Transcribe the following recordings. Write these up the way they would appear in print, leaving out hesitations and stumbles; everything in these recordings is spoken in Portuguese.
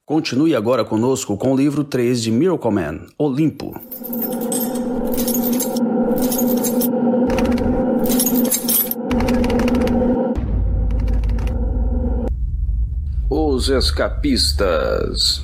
Continue agora conosco com o livro 3 de Miracle Man, Olimpo. Os Escapistas.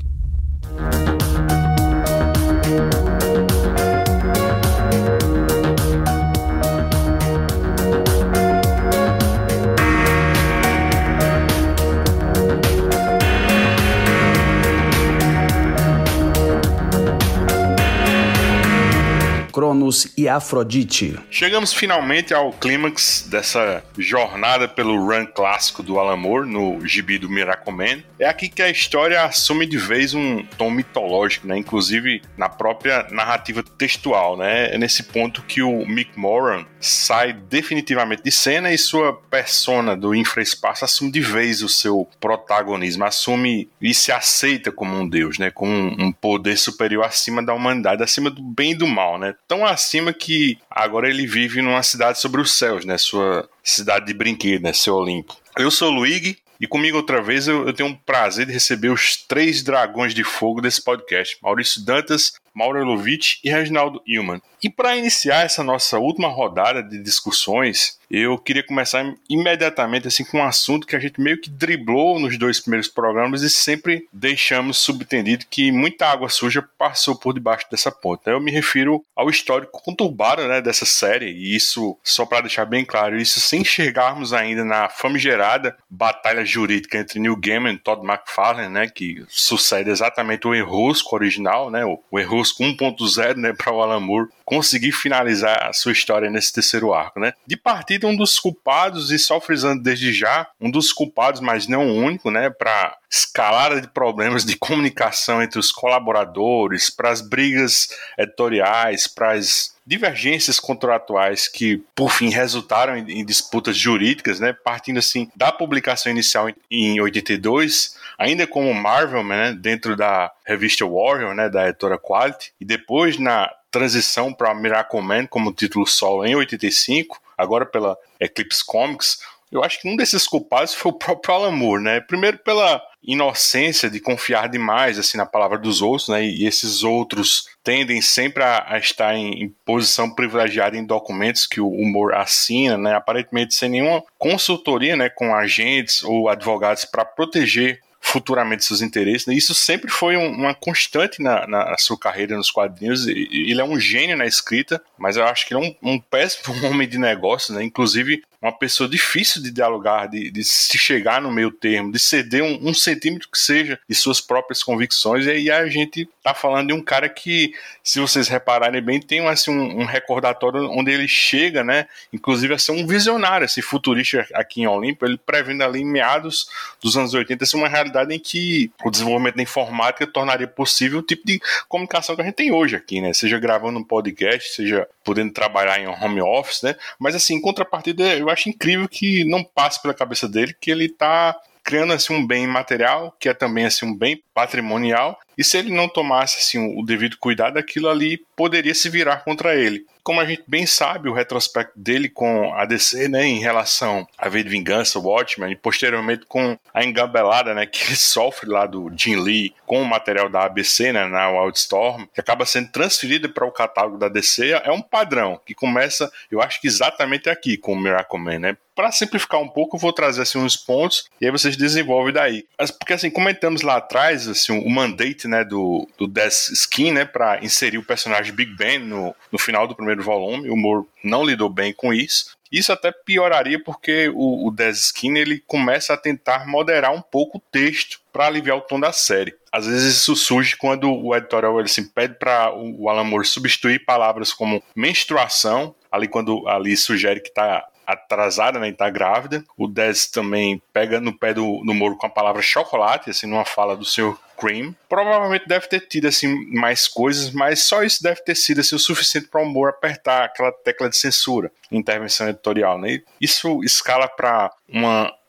Cronos e Afrodite. Chegamos finalmente ao clímax dessa jornada pelo run clássico do Alan Moore no gibi do Miracle Man. É aqui que a história assume de vez um tom mitológico, né? Inclusive na própria narrativa textual, né? É nesse ponto que o Mick Moran sai definitivamente de cena e sua persona do infraespaço assume de vez o seu protagonismo, assume e se aceita como um deus, né? Como um poder superior acima da humanidade, acima do bem e do mal, né? Tão acima que agora ele vive numa cidade sobre os céus, né? Sua cidade de brinquedo, né? Seu Olimpo. Eu sou o Luigi e comigo outra vez eu tenho um prazer de receber os 3 dragões de fogo desse podcast: Maurício Dantas, Mauro Elovitch e Reginaldo Hillman. E para iniciar essa nossa última rodada de discussões, eu queria começar imediatamente assim, com um assunto que a gente meio que driblou nos 2 primeiros programas e sempre deixamos subentendido que muita água suja passou por debaixo dessa ponte. Eu me refiro ao histórico conturbado, né, dessa série, e isso, só para deixar bem claro, isso sem chegarmos ainda na famigerada batalha jurídica entre Neil Gaiman e Todd McFarlane, né, que sucede exatamente o enrosco original, né, o enrosco 1.0, né, para o Alan Moore conseguir finalizar a sua história nesse terceiro arco, né? De partida, um dos culpados, e só frisando desde já, um dos culpados, mas não o único, né? Para escalada de problemas de comunicação entre os colaboradores, para as brigas editoriais, para as divergências contratuais que, por fim, resultaram em disputas jurídicas, né? Partindo, assim, da publicação inicial em 82, ainda como Marvel, né? Dentro da revista Warrior, né? Da editora Quality, e depois na transição para Miracle Man como título solo em 85, agora pela Eclipse Comics. Eu acho que um desses culpados foi o próprio Alan Moore, né? Primeiro pela inocência de confiar demais assim, na palavra dos outros, né? E esses outros tendem sempre a estar em posição privilegiada em documentos que o Moore assina, né? Aparentemente sem nenhuma consultoria, né? Com agentes ou advogados para proteger futuramente seus interesses, né? Isso sempre foi uma constante na sua carreira nos quadrinhos. Ele é um gênio na escrita, mas eu acho que ele é um péssimo homem de negócios, né? Inclusive uma pessoa difícil de dialogar, de se chegar no meio termo, de ceder um centímetro que seja de suas próprias convicções. E aí a gente tá falando de um cara que, se vocês repararem bem, tem assim, um recordatório onde ele chega, né, inclusive a ser um visionário, assim, futurista aqui em Olimpo, ele prevendo ali em meados dos anos 80 assim, uma realidade em que o desenvolvimento da informática tornaria possível o tipo de comunicação que a gente tem hoje aqui, né, seja gravando um podcast, seja podendo trabalhar em um home office, né, mas assim, em contrapartida, eu acho incrível que não passe pela cabeça dele que ele tá criando assim, um bem material, que é também assim, um bem patrimonial, e se ele não tomasse assim, o devido cuidado, aquilo ali poderia se virar contra ele. Como a gente bem sabe, o retrospecto dele com a DC, né, em relação a V de Vingança, o Watchmen, e posteriormente com a engabelada, né, que ele sofre lá do Jim Lee com o material da ABC, né, na Wildstorm, que acaba sendo transferido para o catálogo da DC, é um padrão que começa, eu acho que exatamente aqui com o Miracle Man, né. Para simplificar um pouco, eu vou trazer assim, uns pontos e aí vocês desenvolvem daí. Porque assim, comentamos lá atrás assim, o mandate, né, do Death Skin, né, para inserir o personagem Big Ben no final do primeiro volume. O Moore não lidou bem com isso. Isso até pioraria porque o Death Skin ele começa a tentar moderar um pouco o texto para aliviar o tom da série. Às vezes isso surge quando o editorial ele, assim, pede para o Alan Moore substituir palavras como menstruação, ali quando ali sugere que está atrasada, né, e tá grávida. O Dez também pega no pé do Moro com a palavra chocolate, assim, numa fala do Sr. Cream. Provavelmente deve ter tido, assim, mais coisas, mas só isso deve ter sido, assim, o suficiente para o Moro apertar aquela tecla de censura, intervenção editorial, né? Isso escala para uma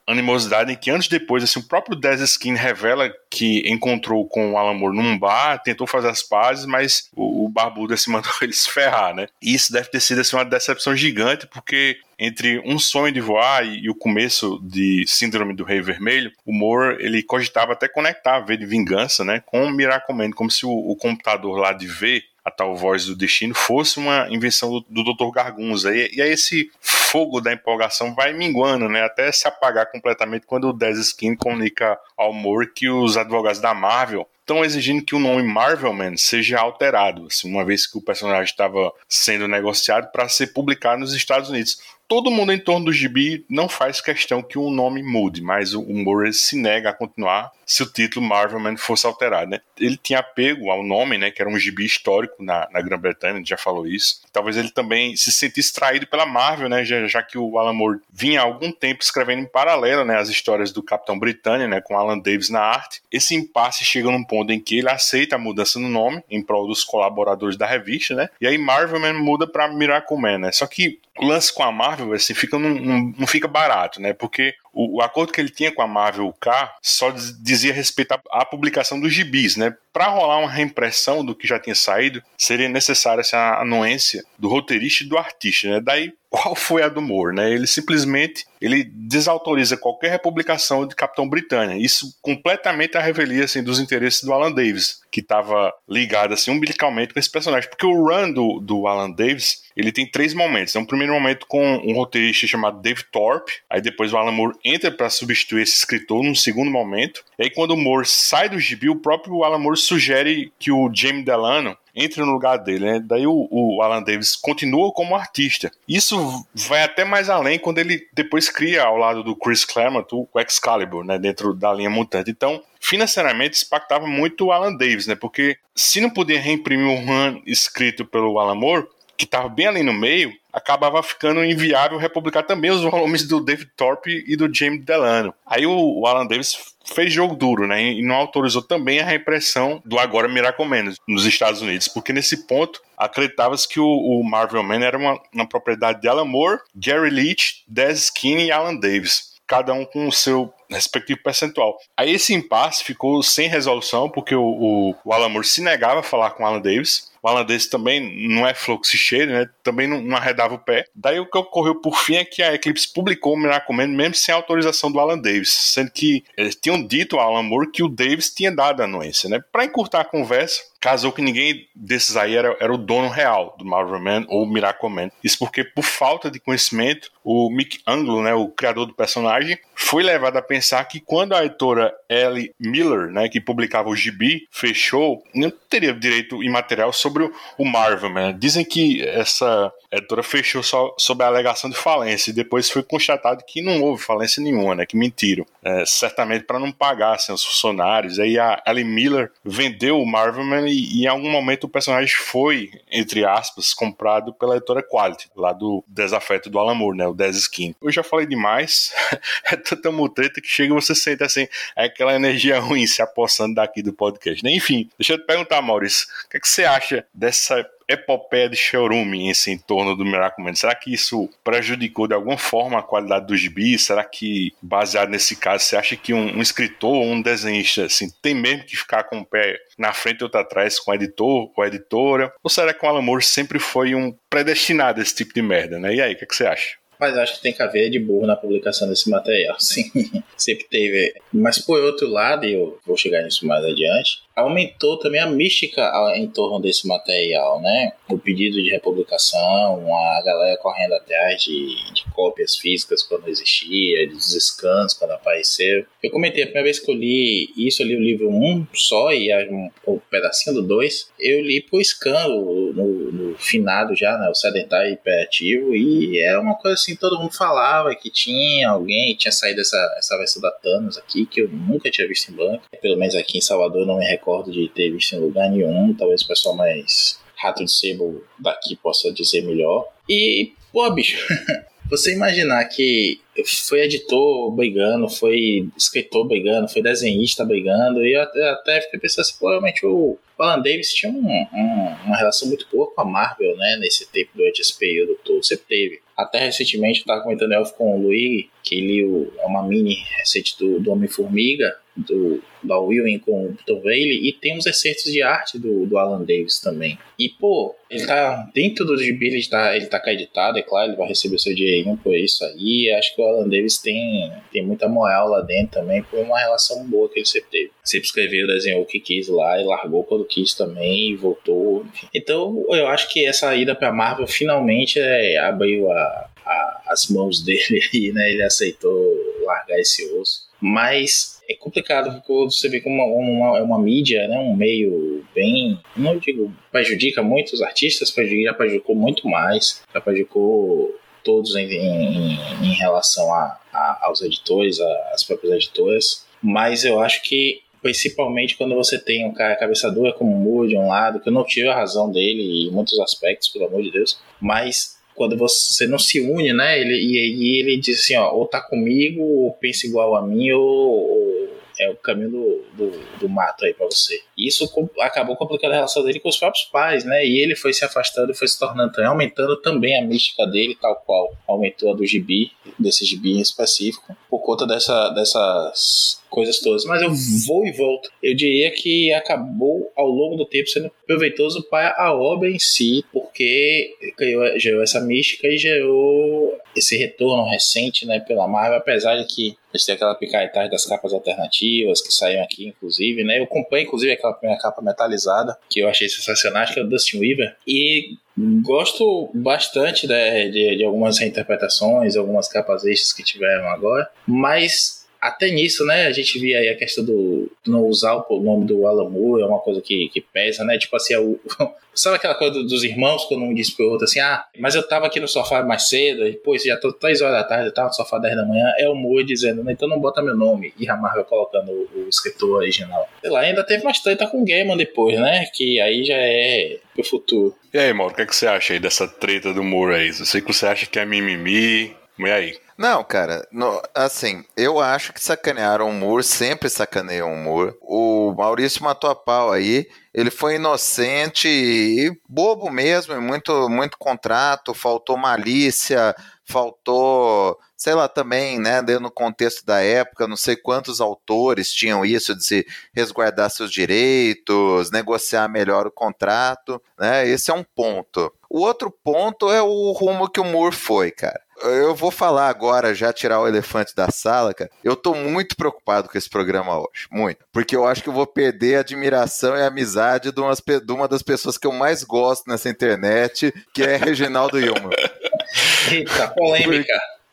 animosidade em que anos depois, assim, o próprio Dez Skin revela que encontrou com o Alan Moore num bar, tentou fazer as pazes, mas o barbudo assim, mandou ele se ferrar, né? E isso deve ter sido assim, uma decepção gigante, porque entre Um Sonho de Voar e o começo de Síndrome do Rei Vermelho, o Moore, ele cogitava até conectar a V de Vingança, né, com o Miracle Man, como se o computador lá de V, a tal voz do destino, fosse uma invenção do Dr. Gargunza. E aí esse fogo da empolgação vai minguando, né, até se apagar completamente quando o Dez Skin comunica ao Moore que os advogados da Marvel estão exigindo que o nome Marvel Man seja alterado, assim, uma vez que o personagem estava sendo negociado para ser publicado nos Estados Unidos. Todo mundo em torno do gibi não faz questão que o nome mude, mas o Moore se nega a continuar se o título Marvel Man fosse alterado, né? Ele tinha apego ao nome, né, que era um gibi histórico na Grã-Bretanha, a gente já falou isso. Talvez ele também se sentisse traído pela Marvel, né, já que o Alan Moore vinha há algum tempo escrevendo em paralelo, né, as histórias do Capitão Britânia, né, com Alan Davis na arte. Esse impasse chega num ponto em que ele aceita a mudança no nome em prol dos colaboradores da revista, né? E aí Marvel Man muda para Miracle Man, né? Só que o lance com a Marvel assim, não fica barato, né? Porque o acordo que ele tinha com a Marvel UK só dizia respeito à publicação dos gibis, né? Para rolar uma reimpressão do que já tinha saído, seria necessária a anuência do roteirista e do artista, né? Daí, qual foi a do Moore, né? Ele simplesmente desautoriza qualquer republicação de Capitão Britânia. Isso completamente a revelia assim, dos interesses do Alan Davis, que estava ligado assim, umbilicalmente com esse personagem. Porque o run do Alan Davis, ele tem 3 momentos. É um primeiro momento com um roteirista chamado Dave Thorpe, aí depois o Alan Moore entra para substituir esse escritor num segundo momento. E aí quando o Moore sai do gibi, o próprio Alan Moore sugere que o Jamie Delano entre no lugar dele, né? Daí o Alan Davis continua como artista. Isso vai até mais além quando ele depois cria ao lado do Chris Claremont o Excalibur, né? Dentro da linha mutante. Então, financeiramente, isso impactava muito o Alan Davis, né? Porque se não podia reimprimir um run escrito pelo Alan Moore, que estava bem ali no meio, acabava ficando inviável republicar também os volumes do Dave Thorpe e do Jamie Delano. Aí o Alan Davis fez jogo duro, né, e não autorizou também a reimpressão do agora Miracle Man nos Estados Unidos, porque nesse ponto acreditava-se que o Marvel Man era uma propriedade de Alan Moore, Gary Leach, Dez Skin e Alan Davis, cada um com o seu respectivo percentual. Aí esse impasse ficou sem resolução, porque o Alan Moore se negava a falar com o Alan Davis. O Alan Davis também não é fluxicheiro, né? Também não arredava o pé. Daí o que ocorreu por fim é que a Eclipse publicou o Miracle Man mesmo sem autorização do Alan Davis, sendo que eles tinham dito ao Alan Moore que o Davis tinha dado a anuência, né? Para encurtar a conversa, casou que ninguém desses aí era o dono real do Marvel Man ou Miracle Man. Isso porque, por falta de conhecimento, o Mick Anglo, né, o criador do personagem, foi levado a pensar que quando a editora Ellie Miller, né, que publicava o gibi, fechou, não teria direito imaterial sobre o Marvel Man. Dizem que essa editora fechou só sob a alegação de falência, e depois foi constatado que não houve falência nenhuma, né, que mentiram. Certamente para não pagar assim, os funcionários. Aí a Ellie Miller vendeu o Marvel Man e em algum momento o personagem foi, entre aspas, comprado pela editora Quality, lá do Desafeto do Alan Moore, né, o Dez Skin. Eu já falei demais, é tanta mutreta que chega e você sente assim, aquela energia ruim se apossando daqui do podcast, né? Enfim, deixa eu te perguntar, Maurício, o que você acha dessa epopeia de chorume em torno do Miracle Man? Será que isso prejudicou de alguma forma a qualidade do gibi? Será que, baseado nesse caso, você acha que um escritor ou um desenhista assim, tem mesmo que ficar com o pé na frente e outro atrás com o editor ou a editora? Ou será que o Alan Moore sempre foi um predestinado a esse tipo de merda, né? E aí, o que você acha? Mas acho que tem que haver de burro na publicação desse material, sim. Sempre teve. Mas por outro lado, e eu vou chegar nisso mais adiante, aumentou também a mística em torno desse material, né? O pedido de republicação, a galera correndo atrás de cópias físicas quando existia, dos scans quando apareceu. Eu comentei, a primeira vez que eu li isso, eu li o livro 1 só e um pedacinho do 2. Eu li por scan no finado já, né? O sedentário hiperativo, e era uma coisa assim, todo mundo falava que tinha tinha saído essa versão da Thanos aqui, que eu nunca tinha visto em banca. Pelo menos aqui em Salvador eu não me recordo de ter visto em lugar nenhum. Talvez o pessoal mais rato de sebo daqui possa dizer melhor. E, pô, bicho, você imaginar que foi editor brigando, foi escritor brigando, foi desenhista brigando, e eu até fiquei pensando assim, pô, realmente o Alan Davis tinha uma relação muito boa com a Marvel, né, nesse tempo, durante esse período todo, sempre teve. Até recentemente, eu estava comentando com o Luigi, que ele é uma mini recente do Homem-Formiga, da Ewing com o Tom Bailey, e tem uns excertos de arte do Alan Davis também. E, pô, ele tá dentro do gibi, ele tá acreditado, é claro, ele vai receber o seu dinheirinho por isso aí. Acho que o Alan Davis tem muita moral lá dentro também, por uma relação boa que ele sempre teve. Sempre escreveu, desenhou o que quis lá, e largou quando quis também, e voltou, enfim. Então, eu acho que essa ida pra Marvel finalmente abriu as mãos dele aí, né? Ele aceitou largar esse osso. Mas é complicado, porque você vê como é uma mídia, né? Um meio bem, não digo, prejudica muito os artistas, já prejudicou muito mais, já prejudicou todos em relação aos editores, às próprias editoras. Mas eu acho que principalmente quando você tem um cara cabeça dura como o Moore de um lado, que eu não tiro a razão dele em muitos aspectos, pelo amor de Deus, mas quando você não se une, né, ele diz assim, ó, ou tá comigo, ou pensa igual a mim, ou é o caminho do mato aí pra você. E isso acabou complicando a relação dele com os próprios pais, né, e ele foi se afastando, foi se tornando também, aumentando também a mística dele, tal qual aumentou a do gibi, desse gibi em específico, por conta dessas coisas todas. Mas eu vou e volto. Eu diria que acabou ao longo do tempo sendo proveitoso para a obra em si, porque gerou essa mística e gerou esse retorno recente, né, pela Marvel, apesar de que a gente tem aquela picaretagem das capas alternativas que saíram aqui, inclusive, né? Eu comprei, inclusive, aquela primeira capa metalizada, que eu achei sensacional, que é o Dustin Weaver, e gosto bastante de algumas reinterpretações, algumas capas extras que tiveram agora, mas até nisso, né, a gente via aí a questão do não usar o nome do Alan Moore, é uma coisa que pesa, né, tipo assim, sabe aquela coisa dos irmãos, quando um diz pro outro assim, mas eu tava aqui no sofá mais cedo, e pô, já tô 3 horas da tarde, eu tava no sofá 10 da manhã, é o Moore dizendo, né, então não bota meu nome, e a Marvel colocando o escritor original. Sei lá, ainda teve mais treta com o Gaiman depois, né, que aí já é pro futuro. E aí, Mauro, o que é que você acha aí dessa treta do Moore aí? Eu sei que você acha que é mimimi, e aí? Não, cara, assim, eu acho que sacanearam o Moore, sempre sacaneiam o Moore. O Maurício matou a pau aí, ele foi inocente e bobo mesmo, muito, muito contrato, faltou malícia, faltou, sei lá, também, né, dentro do contexto da época, não sei quantos autores tinham isso de se resguardar seus direitos, negociar melhor o contrato, né, esse é um ponto. O outro ponto é o rumo que o Moore foi, cara. Eu vou falar agora, já tirar o elefante da sala, cara. Eu tô muito preocupado com esse programa hoje, muito. Porque eu acho que eu vou perder a admiração e a amizade de uma das pessoas que eu mais gosto nessa internet, que é Reginaldo Hillman. Eita, polêmica.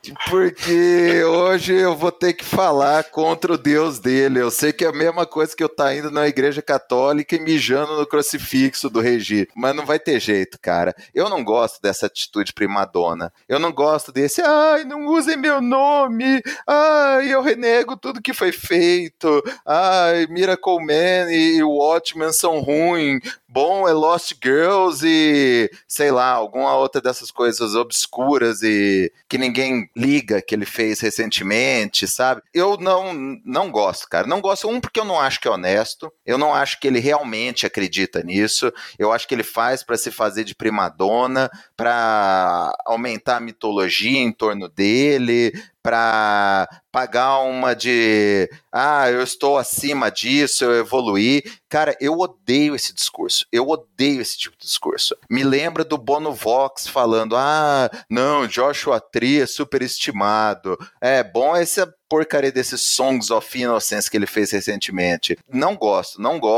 Porque hoje eu vou ter que falar contra o Deus dele. Eu sei que é a mesma coisa que eu tá indo na igreja católica e mijando no crucifixo do Regi, mas não vai ter jeito, cara. Eu não gosto dessa atitude primadona. Eu não gosto desse, não usem meu nome, eu renego tudo que foi feito, Miracle Man e Watchmen são ruins, bom é Lost Girls e, sei lá, alguma outra dessas coisas obscuras e que ninguém liga que ele fez recentemente, sabe? Eu não gosto, cara. Não gosto, porque eu não acho que é honesto, eu não acho que ele realmente acredita nisso, eu acho que ele faz para se fazer de primadona, para aumentar a mitologia em torno dele, para pagar uma de eu estou acima disso, eu evoluí. Cara, eu odeio esse discurso. Eu odeio esse tipo de discurso. Me lembra do Bono Vox falando, não, Joshua Tree é superestimado. É bom essa porcaria desses Songs of Innocence que ele fez recentemente. Não gosto.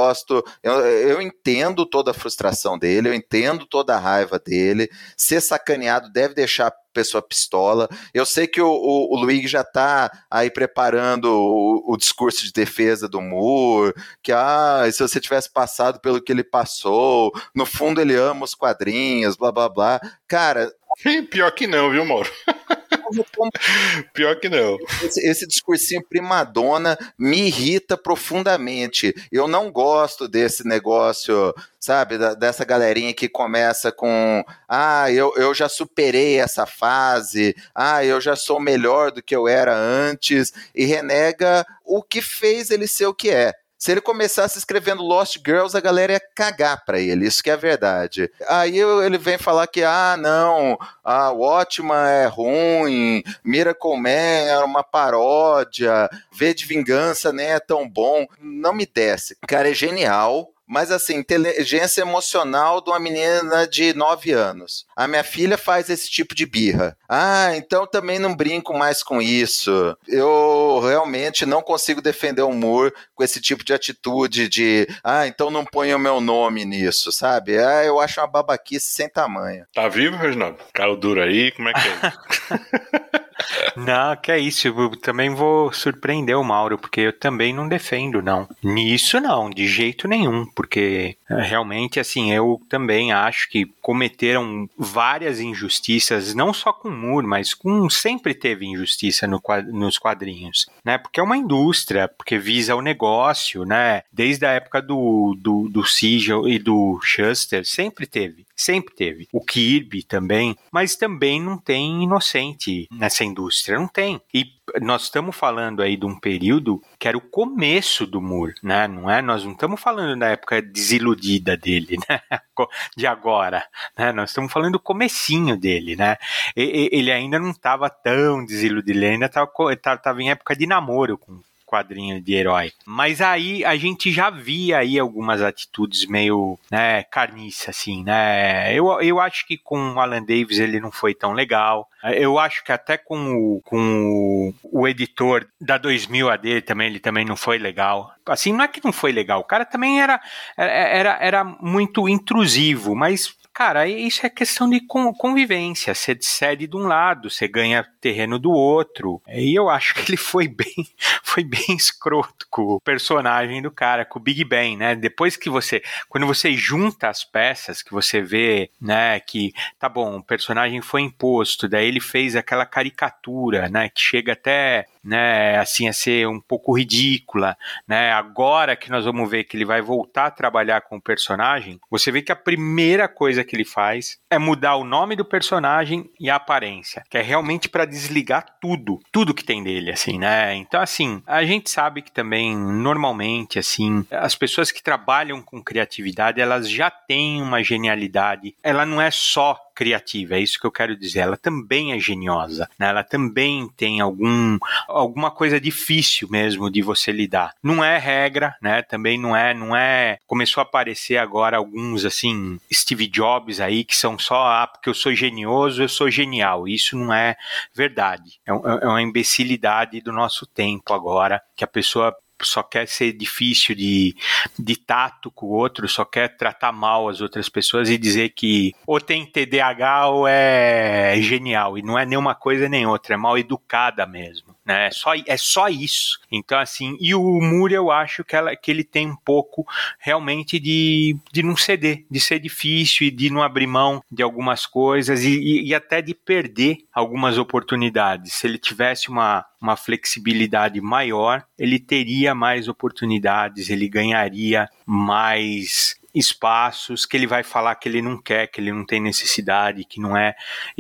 Eu entendo toda a frustração dele, eu entendo toda a raiva dele. Ser sacaneado deve deixar a pessoa pistola. Eu sei que o Luigi já tá aí preparando o discurso de defesa do Moore, que se você tivesse passado pelo que ele passou, no fundo ele ama os quadrinhos, blá blá blá. Cara, pior que não, viu, Mauro? Pior que não. Esse discursinho primadona me irrita profundamente. Eu não gosto desse negócio, sabe, dessa galerinha que começa com eu já superei essa fase, eu já sou melhor do que eu era antes, e renega o que fez ele ser o que é. Se ele começasse escrevendo Lost Girls, a galera ia cagar pra ele, isso que é a verdade. Aí ele vem falar que, não, a Watchmen é ruim, Miracle Man era uma paródia, V de Vingança nem é tão bom. Não me desce. O cara é genial, mas assim, inteligência emocional de uma menina de 9 anos. A minha filha faz esse tipo de birra. Então também não brinco mais com isso. Eu realmente não consigo defender o Moore com esse tipo de atitude de, então não ponha o meu nome nisso, sabe? Eu acho uma babaquice sem tamanho. Tá vivo, Reginaldo? Calo duro aí, como é que é? Não, que é isso, eu também vou surpreender o Mauro, porque eu também não defendo, não. Nisso não, de jeito nenhum, porque realmente, assim, eu também acho que cometeram várias injustiças, não só com o Moore, mas sempre teve injustiça nos quadrinhos, né? Porque é uma indústria, porque visa o negócio, né? Desde a época do Siegel e do Shuster, sempre teve. O Kirby também, mas também não tem inocente nessa indústria, não tem. E nós estamos falando aí de um período que era o começo do Moore, né? Não é? Nós não estamos falando da época desiludida dele, né? De agora, né? Nós estamos falando do comecinho dele, né? Ele ainda não estava tão desiludido, ele ainda estava em época de namoro com quadrinho de herói. Mas aí a gente já via aí algumas atitudes meio, né, carniça, assim, né? Eu acho que com o Alan Davis ele não foi tão legal. Eu acho que até com o editor da 2000 AD também, ele também não foi legal. Assim, não é que não foi legal, o cara também era muito intrusivo, mas cara, isso é questão de convivência. Você cede de um lado, você ganha terreno do outro. E eu acho que ele foi bem escroto com o personagem do cara, com o Big Ben, né? Depois que quando você junta as peças, que você vê, né, que, tá bom, o personagem foi imposto, daí ele fez aquela caricatura, né, que chega até, né, assim, a ser um pouco ridícula, né? Agora que nós vamos ver que ele vai voltar a trabalhar com o personagem, você vê que a primeira coisa que ele faz é mudar o nome do personagem e a aparência, que é realmente para desligar tudo que tem dele, assim, né? Então, assim, a gente sabe que também, normalmente, assim, as pessoas que trabalham com criatividade, elas já têm uma genialidade, ela não é só criativa, é isso que eu quero dizer, ela também é geniosa, né? Ela também tem alguma coisa difícil mesmo de você lidar. Não é regra, né? Também não é, começou a aparecer agora alguns, assim, Steve Jobs aí, que são só, porque eu sou genioso, eu sou genial. Isso não é verdade. É uma imbecilidade do nosso tempo agora, que a pessoa só quer ser difícil de tato com o outro, só quer tratar mal as outras pessoas e dizer que ou tem TDAH ou é genial, e não é nenhuma coisa nem outra, é mal educada mesmo, né? É só isso. Então, assim, e o Moore, eu acho que ele tem um pouco realmente de não ceder, de ser difícil e de não abrir mão de algumas coisas e até de perder algumas oportunidades. Se ele tivesse uma flexibilidade maior, ele teria mais oportunidades, ele ganharia mais espaços, que ele vai falar que ele não quer, que ele não tem necessidade, que não é.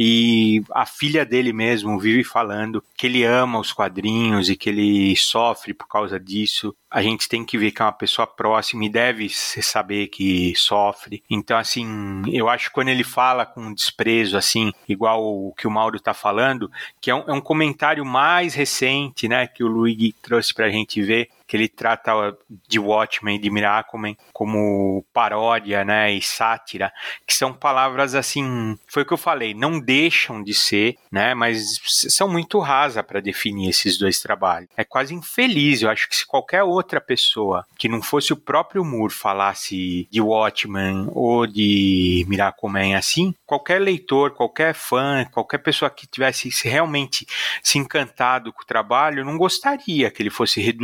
E a filha dele mesmo vive falando que ele ama os quadrinhos e que ele sofre por causa disso. A gente tem que ver que é uma pessoa próxima e deve saber que sofre. Então, assim, eu acho que quando ele fala com desprezo, assim, igual o que o Mauro tá falando, que é um comentário mais recente, né, que o Luigi trouxe pra gente ver, que ele trata de Watchmen e de Miracleman como paródia, né, e sátira, que são palavras, assim, foi o que eu falei, não deixam de ser, né, mas são muito rasas para definir esses dois trabalhos. É quase infeliz, eu acho que se qualquer outra pessoa que não fosse o próprio Moore falasse de Watchmen ou de Miracleman assim, qualquer leitor, qualquer fã, qualquer pessoa que tivesse realmente se encantado com o trabalho, não gostaria que ele fosse reduzido a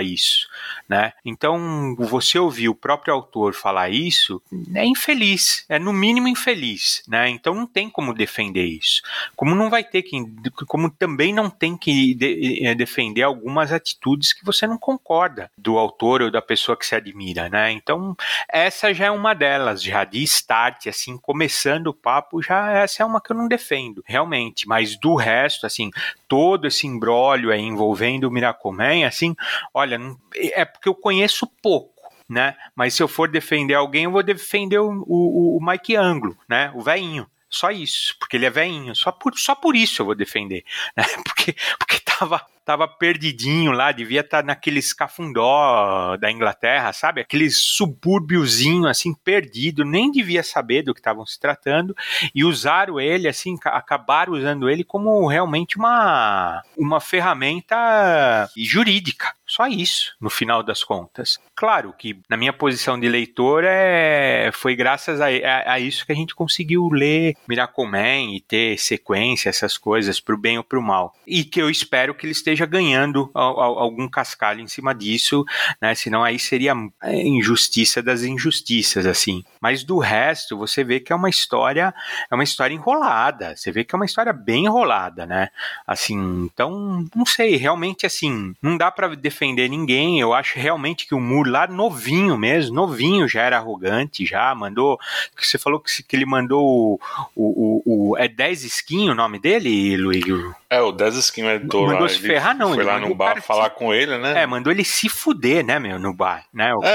isso, né? Então, você ouvir o próprio autor falar isso é infeliz, é no mínimo infeliz, né? Então não tem como defender isso. Como também não tem que defender algumas atitudes que você não concorda do autor ou da pessoa que se admira, né? Então, essa já é uma delas, já de start, assim, começando o papo, já essa é uma que eu não defendo, realmente. Mas do resto, assim, todo esse imbróglio aí envolvendo o Miracleman, assim, olha, é porque eu conheço pouco, né? Mas se eu for defender alguém, eu vou defender o Mike Anglo, né? O velhinho. Só isso, porque ele é velhinho. Só por isso eu vou defender, né? Porque tava perdidinho lá, devia estar naqueles cafundó da Inglaterra, sabe? Aqueles subúrbiozinho, assim, perdido, nem devia saber do que estavam se tratando, e usaram ele, assim, acabaram usando ele como realmente uma ferramenta jurídica. Só isso, no final das contas. Claro que, na minha posição de leitor, foi graças a isso que a gente conseguiu ler Miracleman e ter sequência, essas coisas, pro bem ou pro mal. E que eu espero que ele esteja ganhando algum cascalho em cima disso, né? Senão aí seria injustiça das injustiças, assim. Mas do resto, você vê que é uma história enrolada. Você vê que é uma história bem enrolada, né? Assim, então, não sei, realmente, assim, não dá pra defender ninguém. Eu acho realmente que o Moore lá novinho mesmo, novinho, já era arrogante, já mandou, você falou que ele mandou é 10 Skin o nome dele, Luiz? O 10 Skin editor mandou lá, se ferrar, não. Foi lá no bar falar com ele, né? Mandou ele se fuder, né, meu, no bar, né? O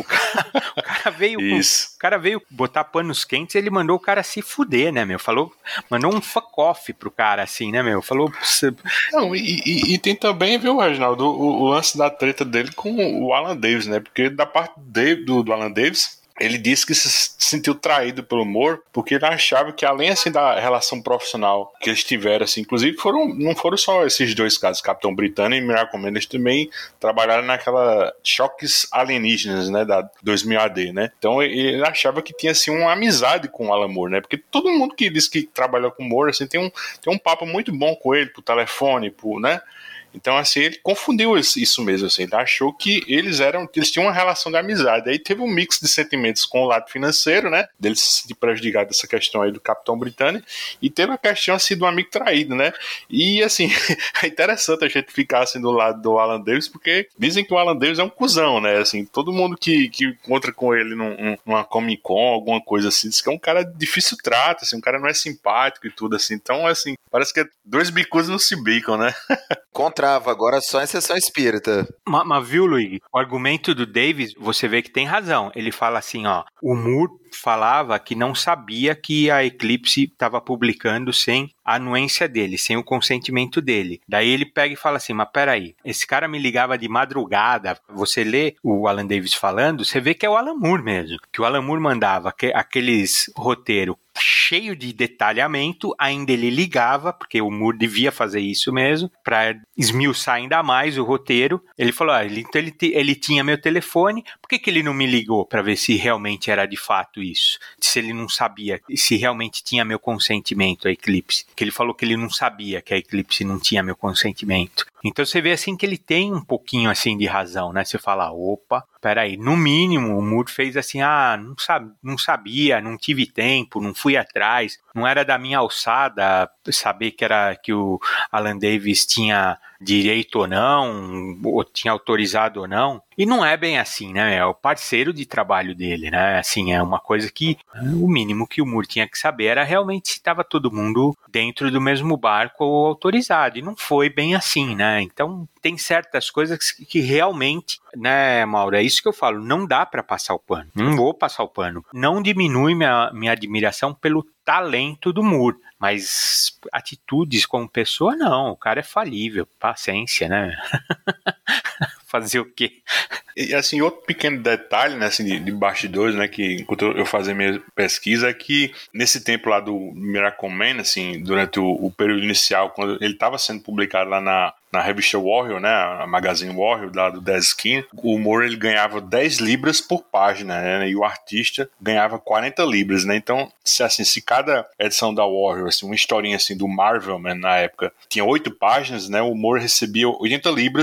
cara veio botar panos quentes, ele mandou o cara se fuder, né, meu? Mandou um fuck off pro cara, assim, né, meu? Falou... Não, e tem também, viu, Reginaldo, o lance da treta dele com o Alan Davis, né? Porque da parte do Alan Davis, ele disse que se sentiu traído pelo Moore, porque ele achava que, além assim da relação profissional que eles tiveram, assim, inclusive não foram só esses dois casos, Capitão Britânia e Miracleman, eles também trabalharam naquela choques alienígenas, né, da 2000 AD, né? Então ele achava que tinha assim uma amizade com o Alan Moore, né? Porque todo mundo que diz que trabalhou com o Moore, assim, tem um papo muito bom com ele, por telefone, né? Então, assim, ele confundiu isso mesmo, assim, ele achou que eles tinham uma relação de amizade. Aí teve um mix de sentimentos com o lado financeiro, né, dele se sentir prejudicado dessa questão aí do Capitão Britânia, e teve a questão, assim, do amigo traído, né, e, assim, é interessante a gente ficar, assim, do lado do Alan Davis, porque dizem que o Alan Davis é um cuzão, né, assim, todo mundo que encontra com ele numa Comic Con, alguma coisa assim, diz que é um cara de difícil trato, assim, um cara não é simpático e tudo, assim, então, assim, parece que dois bicudos não se bicam, né. Contrava, agora só em sessão espírita. Mas viu, Luiz? O argumento do Davis, você vê que tem razão. Ele fala assim, ó, o Moore falava que não sabia que a Eclipse estava publicando sem a anuência dele, sem o consentimento dele. Daí ele pega e fala assim, mas peraí, esse cara me ligava de madrugada. Você lê o Alan Davis falando, você vê que é o Alan Moore mesmo. Que o Alan Moore mandava aqueles roteiros cheio de detalhamento, ainda ele ligava, porque o Moore devia fazer isso mesmo, para esmiuçar ainda mais o roteiro. Ele falou, ele tinha meu telefone, por que ele não me ligou para ver se realmente era de fato isso? Se ele não sabia se realmente tinha meu consentimento, a Eclipse. Que ele falou que ele não sabia que a Eclipse não tinha meu consentimento. Então você vê assim que ele tem um pouquinho assim de razão, né? Você fala, opa, peraí, no mínimo o Moore fez assim, não sabia, não tive tempo, não fui atrás, não era da minha alçada saber que o Alan Davis tinha direito ou não, ou tinha autorizado ou não. E não é bem assim, né? É o parceiro de trabalho dele, né? Assim, é uma coisa que o mínimo que o Moore tinha que saber era realmente se estava todo mundo dentro do mesmo barco ou autorizado. E não foi bem assim, né? Então, tem certas coisas que realmente, né, Mauro? É isso que eu falo, não dá para passar o pano. Não vou passar o pano. Não diminui minha admiração pelo talento do Moore, mas atitudes como pessoa, não. O cara é falível. Paciência, né? Fazer o quê? E assim, outro pequeno detalhe, né, assim, de bastidores, né, que enquanto eu fazia minha pesquisa, é que nesse tempo lá do Miracleman, assim, durante o período inicial, quando ele estava sendo publicado lá na revista Warrior, né, a Magazine Warrior, lá do 10 Skin, o Moore, ele ganhava 10 libras por página, né, e o artista ganhava 40 libras, né, então, se cada edição da Warrior, assim, uma historinha, assim, do Marvel, né, na época, tinha 8 páginas, né, o Moore recebia 80 libras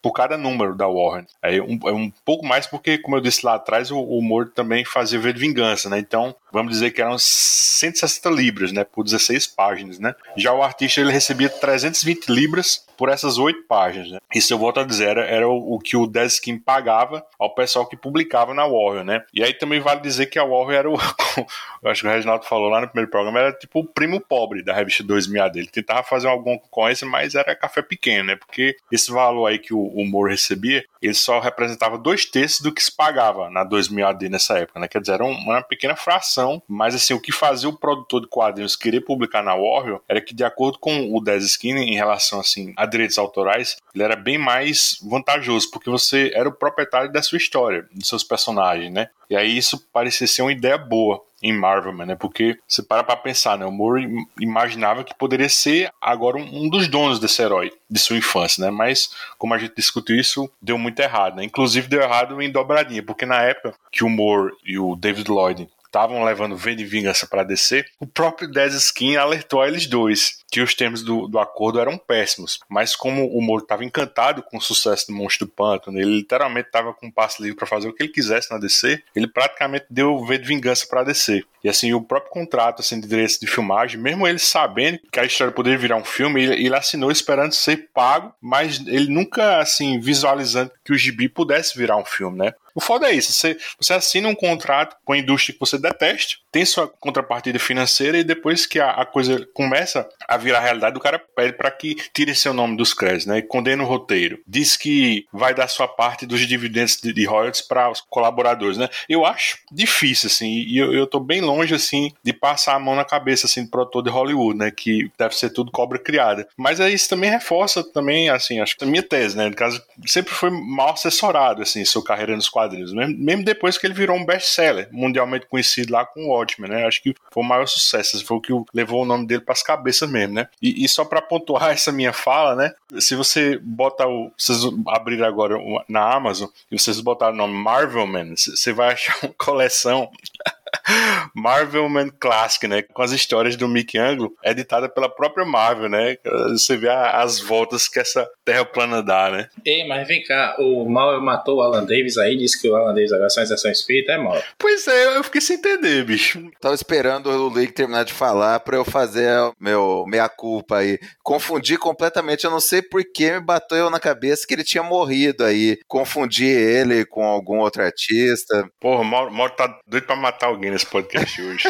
por cada número da Warren. Aí um pouco mais porque, como eu disse lá atrás, o Moore também fazia V de Vingança, né? Então, vamos dizer que eram 160 libras, né? Por 16 páginas, né? Já o artista, ele recebia 320 libras por essas 8 páginas, né? Isso eu volto a dizer, era o que o Dez Skin pagava ao pessoal que publicava na Warrior, né? E aí também vale dizer que a Warrior era eu acho que o Reginaldo falou lá no primeiro programa, era tipo o primo pobre da revista 2000 dele. Tentava fazer alguma concorrência, mas era café pequeno, né? Porque esse valor aí que o Moore recebia, ele só representava 2/3 do que se pagava na 2000 AD nessa época, né? Quer dizer, era uma pequena fração, mas assim, o que fazia o produtor de quadrinhos querer publicar na Warrior era que, de acordo com o Dez Skin, em relação assim a direitos autorais, ele era bem mais vantajoso, porque você era o proprietário da sua história, dos seus personagens, né? E aí isso parecia ser uma ideia boa em Marvelman, né? Porque você para pra pensar, né? O Moore imaginava que poderia ser agora um dos donos desse herói de sua infância, né? Mas, como a gente discutiu isso, deu muito errado, né? Inclusive deu errado em dobradinha, porque na época que o Moore e o David Lloyd estavam levando V de Vingança para DC, o próprio Dez Skin alertou a eles dois que os termos do acordo eram péssimos, mas como o Moore estava encantado com o sucesso do Monstro do Pântano, ele literalmente estava com um passe livre para fazer o que ele quisesse na DC, ele praticamente deu V de Vingança para a DC. E assim, o próprio contrato assim, de direitos de filmagem, mesmo ele sabendo que a história poderia virar um filme, ele assinou esperando ser pago, mas ele nunca assim visualizando que o gibi pudesse virar um filme, né? O foda é isso, você assina um contrato com a indústria que você deteste, tem sua contrapartida financeira e depois que a coisa começa a virar realidade, o cara pede para que tire seu nome dos créditos, né? E condena o roteiro. Diz que vai dar sua parte dos dividendos de royalties para os colaboradores, né? Eu acho difícil, assim, e eu tô bem longe, assim, de passar a mão na cabeça, assim, do produtor de Hollywood, né? Que deve ser tudo cobra criada. Mas aí isso também reforça, também, assim, acho que a minha tese, né? No caso, sempre foi mal assessorado, assim, sua carreira nos quadrinhos. Mesmo depois que ele virou um best-seller, mundialmente conhecido lá com o Watchmen, né? Acho que foi o maior sucesso, foi o que levou o nome dele para as cabeças mesmo, né? E só para pontuar essa minha fala, né? Se você bota vocês abrirem agora na Amazon e vocês botarem o nome Marvelman, você vai achar uma coleção Marvelman Classic, né? Com as histórias do Mick Anglo, editada pela própria Marvel, né? Você vê as voltas que essa terra plana dá, né? Ei, mas vem cá, o Mal matou o Alan Davis aí, disse que o Alan Davis agora é uma sensação espírita, é Mal? Pois é, eu fiquei sem entender, bicho. Tava esperando o Luke terminar de falar pra eu fazer meu meia-culpa aí. Confundi completamente, eu não sei por que me bateu na cabeça que ele tinha morrido aí. Confundi ele com algum outro artista. Porra, o Mauro tá doido pra matar alguém nesse podcast hoje.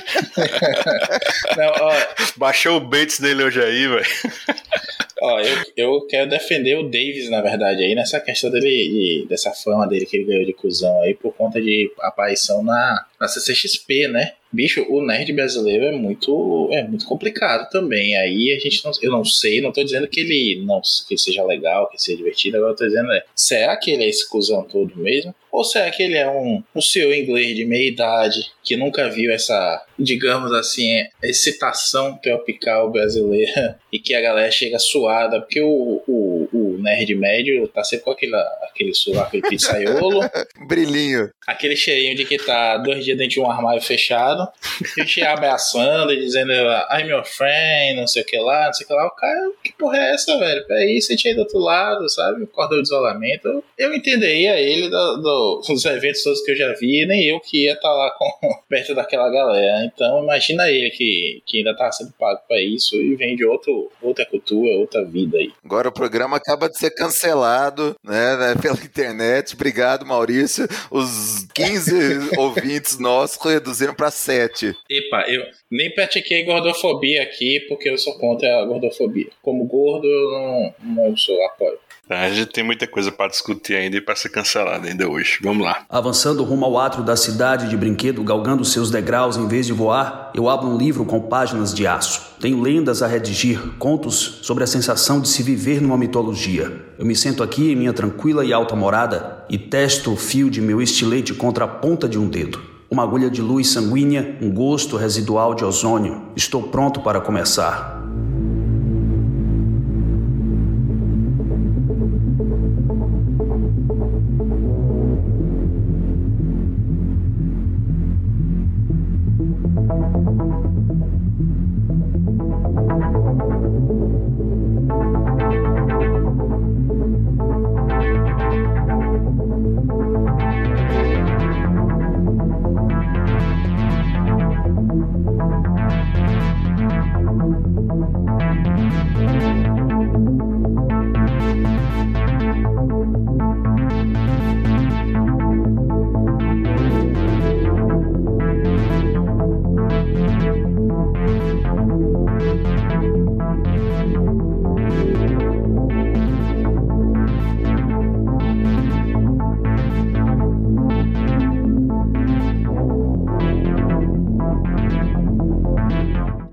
Não, ó, baixou o Bates dele hoje aí, velho. Ó, eu quero defender o Davis, na verdade, aí nessa questão dele, dessa fama dele que ele ganhou de cuzão aí por conta de aparição na CCXP, né? Bicho, o nerd brasileiro é muito complicado também. Aí a gente eu não sei, não tô dizendo que ele seja legal, que seja divertido, agora eu tô dizendo será que ele é esse cuzão todo mesmo? Ou será que ele é um senhor inglês de meia idade que nunca viu essa, digamos assim, excitação tropical brasileira e que a galera chega suada, porque o nerd médio tá sempre com aquele suor, aquele pizzaiolo, brilhinho, aquele cheirinho de que tá 2 dias dentro de um armário fechado, a gente abraçando e dizendo I'm your friend, não sei o que lá, o cara, que porra é essa, velho? Peraí, você tinha aí do outro lado, sabe, o cordão de isolamento. Eu entenderia ele dos eventos todos que eu já vi, nem eu que ia estar lá perto daquela galera. Então imagina ele que ainda tá sendo pago pra isso e vem de outra cultura, outra vida aí. Agora o programa acaba de ser cancelado, né, pela internet. Obrigado, Maurício. Os 15 ouvintes nossos reduziram para 7. Epa, eu nem pratiquei gordofobia aqui porque eu sou contra a gordofobia. Como gordo, eu não sou apoio. A gente tem muita coisa para discutir ainda e para ser cancelada ainda hoje. Vamos lá. Avançando rumo ao átrio da cidade de brinquedo, galgando seus degraus em vez de voar, eu abro um livro com páginas de aço. Tenho lendas a redigir, contos sobre a sensação de se viver numa mitologia. Eu me sento aqui em minha tranquila e alta morada e testo o fio de meu estilete contra a ponta de um dedo. Uma agulha de luz sanguínea, um gosto residual de ozônio. Estou pronto para começar.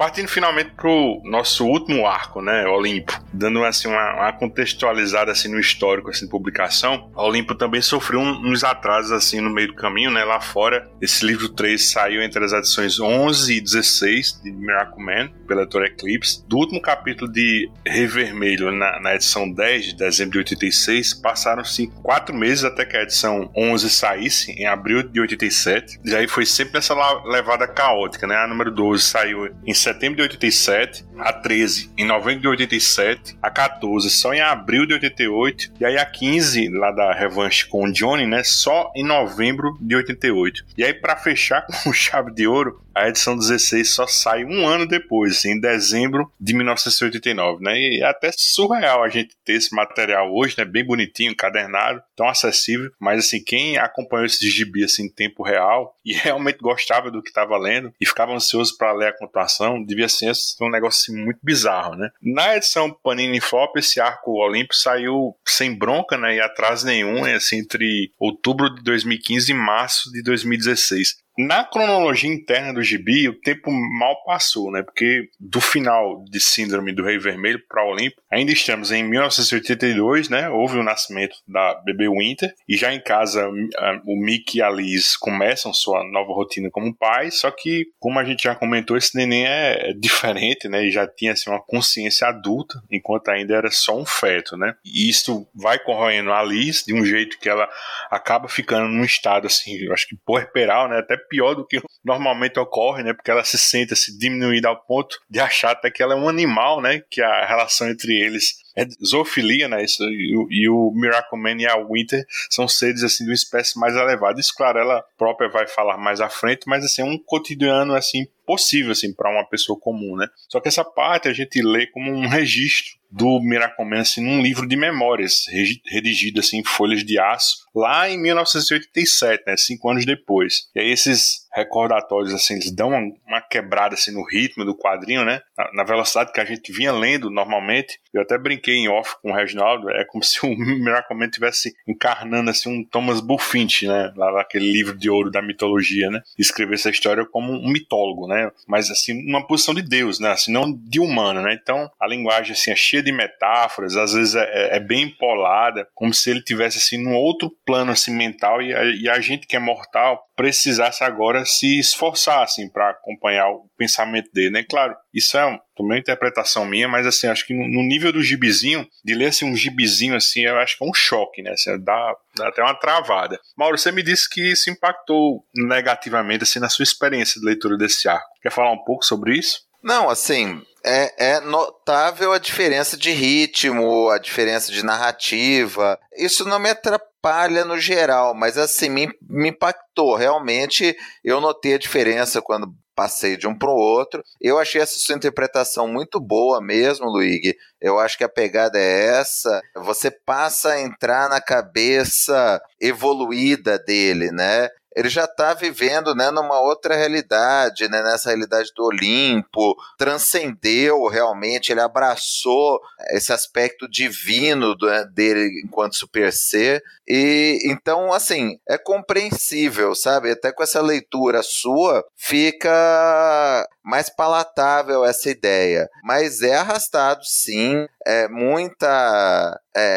Partindo finalmente pro nosso último arco, né, Olimpo, dando assim uma contextualizada assim no histórico assim de publicação, a Olimpo também sofreu uns atrasos assim no meio do caminho, né, lá fora. Esse livro 3 saiu entre as edições 11 e 16 de Miracle Man, pela editora Eclipse. Do último capítulo de Rei Vermelho na edição 10 de dezembro de 86, passaram-se 4 meses até que a edição 11 saísse, em abril de 87. E aí foi sempre nessa levada caótica, né? A número 12 saiu em setembro de 87, a 13 em novembro de 87, a 14 só em abril de 88, e aí a 15, lá da revanche com o Johnny, né? Só em novembro de 88. E aí, para fechar com chave de ouro, a edição 16 só sai um ano depois, em dezembro de 1989, né? E é até surreal a gente ter esse material hoje, né? Bem bonitinho, encadernado, tão acessível. Mas, assim, quem acompanhou esse gibi assim, em tempo real e realmente gostava do que estava lendo e ficava ansioso para ler a continuação, devia ser um negócio assim, muito bizarro, né? Na edição Panini Flop, esse arco Olimpo saiu sem bronca, né? E atraso nenhum, assim, entre outubro de 2015 e março de 2016. Na cronologia interna do gibi, o tempo mal passou, né? Porque do final de Síndrome do Rei Vermelho para Olimpo, ainda estamos em 1982, né? Houve o nascimento da bebê Winter, e já em casa o Mickey e a Liz começam sua nova rotina como pais, só que, como a gente já comentou, esse neném é diferente, né? E já tinha assim, uma consciência adulta, enquanto ainda era só um feto, né? E isso vai corroendo a Liz de um jeito que ela acaba ficando num estado, assim, eu acho que puerperal, né? Até pior do que normalmente ocorre, né? Porque ela se sente assim, diminuída ao ponto de achar até que ela é um animal, né? Que a relação entre eles é zoofilia, né? Isso, e o Miracle Man e a Winter são seres assim, de uma espécie mais elevada. Isso, claro, ela própria vai falar mais à frente, mas assim, é um cotidiano assim, possível assim, para uma pessoa comum, né? Só que essa parte a gente lê como um registro do Miracle Man assim, num livro de memórias redigido assim, em folhas de aço lá em 1987, né, 5 anos depois. E aí esses recordatórios assim, eles dão uma quebrada assim, no ritmo do quadrinho, né, na velocidade que a gente vinha lendo normalmente. Eu até brinquei em off com o Reginaldo, é como se o Miracle Man estivesse encarnando assim, um Thomas Bulfinch, né, lá naquele livro de ouro da mitologia, né, escrever essa história como um mitólogo, né, mas assim, numa posição de Deus, né, assim, não de humano, né. Então a linguagem assim, é cheia de metáforas, às vezes é bem empolada, como se ele tivesse assim num outro plano assim mental, e a gente que é mortal precisasse agora se esforçar assim para acompanhar o pensamento dele, né? Claro, isso é também uma interpretação minha, mas assim, acho que no nível do gibizinho, de ler assim, um gibizinho assim, eu acho que é um choque, né? Assim, dá até uma travada. Mauro, você me disse que isso impactou negativamente assim na sua experiência de leitura desse arco. Quer falar um pouco sobre isso? Não, assim, é notável a diferença de ritmo, a diferença de narrativa. Isso não me atrapalha no geral, mas assim, me impactou. Realmente, eu notei a diferença quando passei de um para o outro. Eu achei essa sua interpretação muito boa mesmo, Luigi. Eu acho que a pegada é essa. Você passa a entrar na cabeça evoluída dele, né? Ele já está vivendo, né, numa outra realidade, né, nessa realidade do Olimpo, transcendeu realmente, ele abraçou esse aspecto divino dele enquanto super ser, e então, assim, é compreensível, sabe? Até com essa leitura sua, fica mais palatável essa ideia, mas é arrastado sim, é muita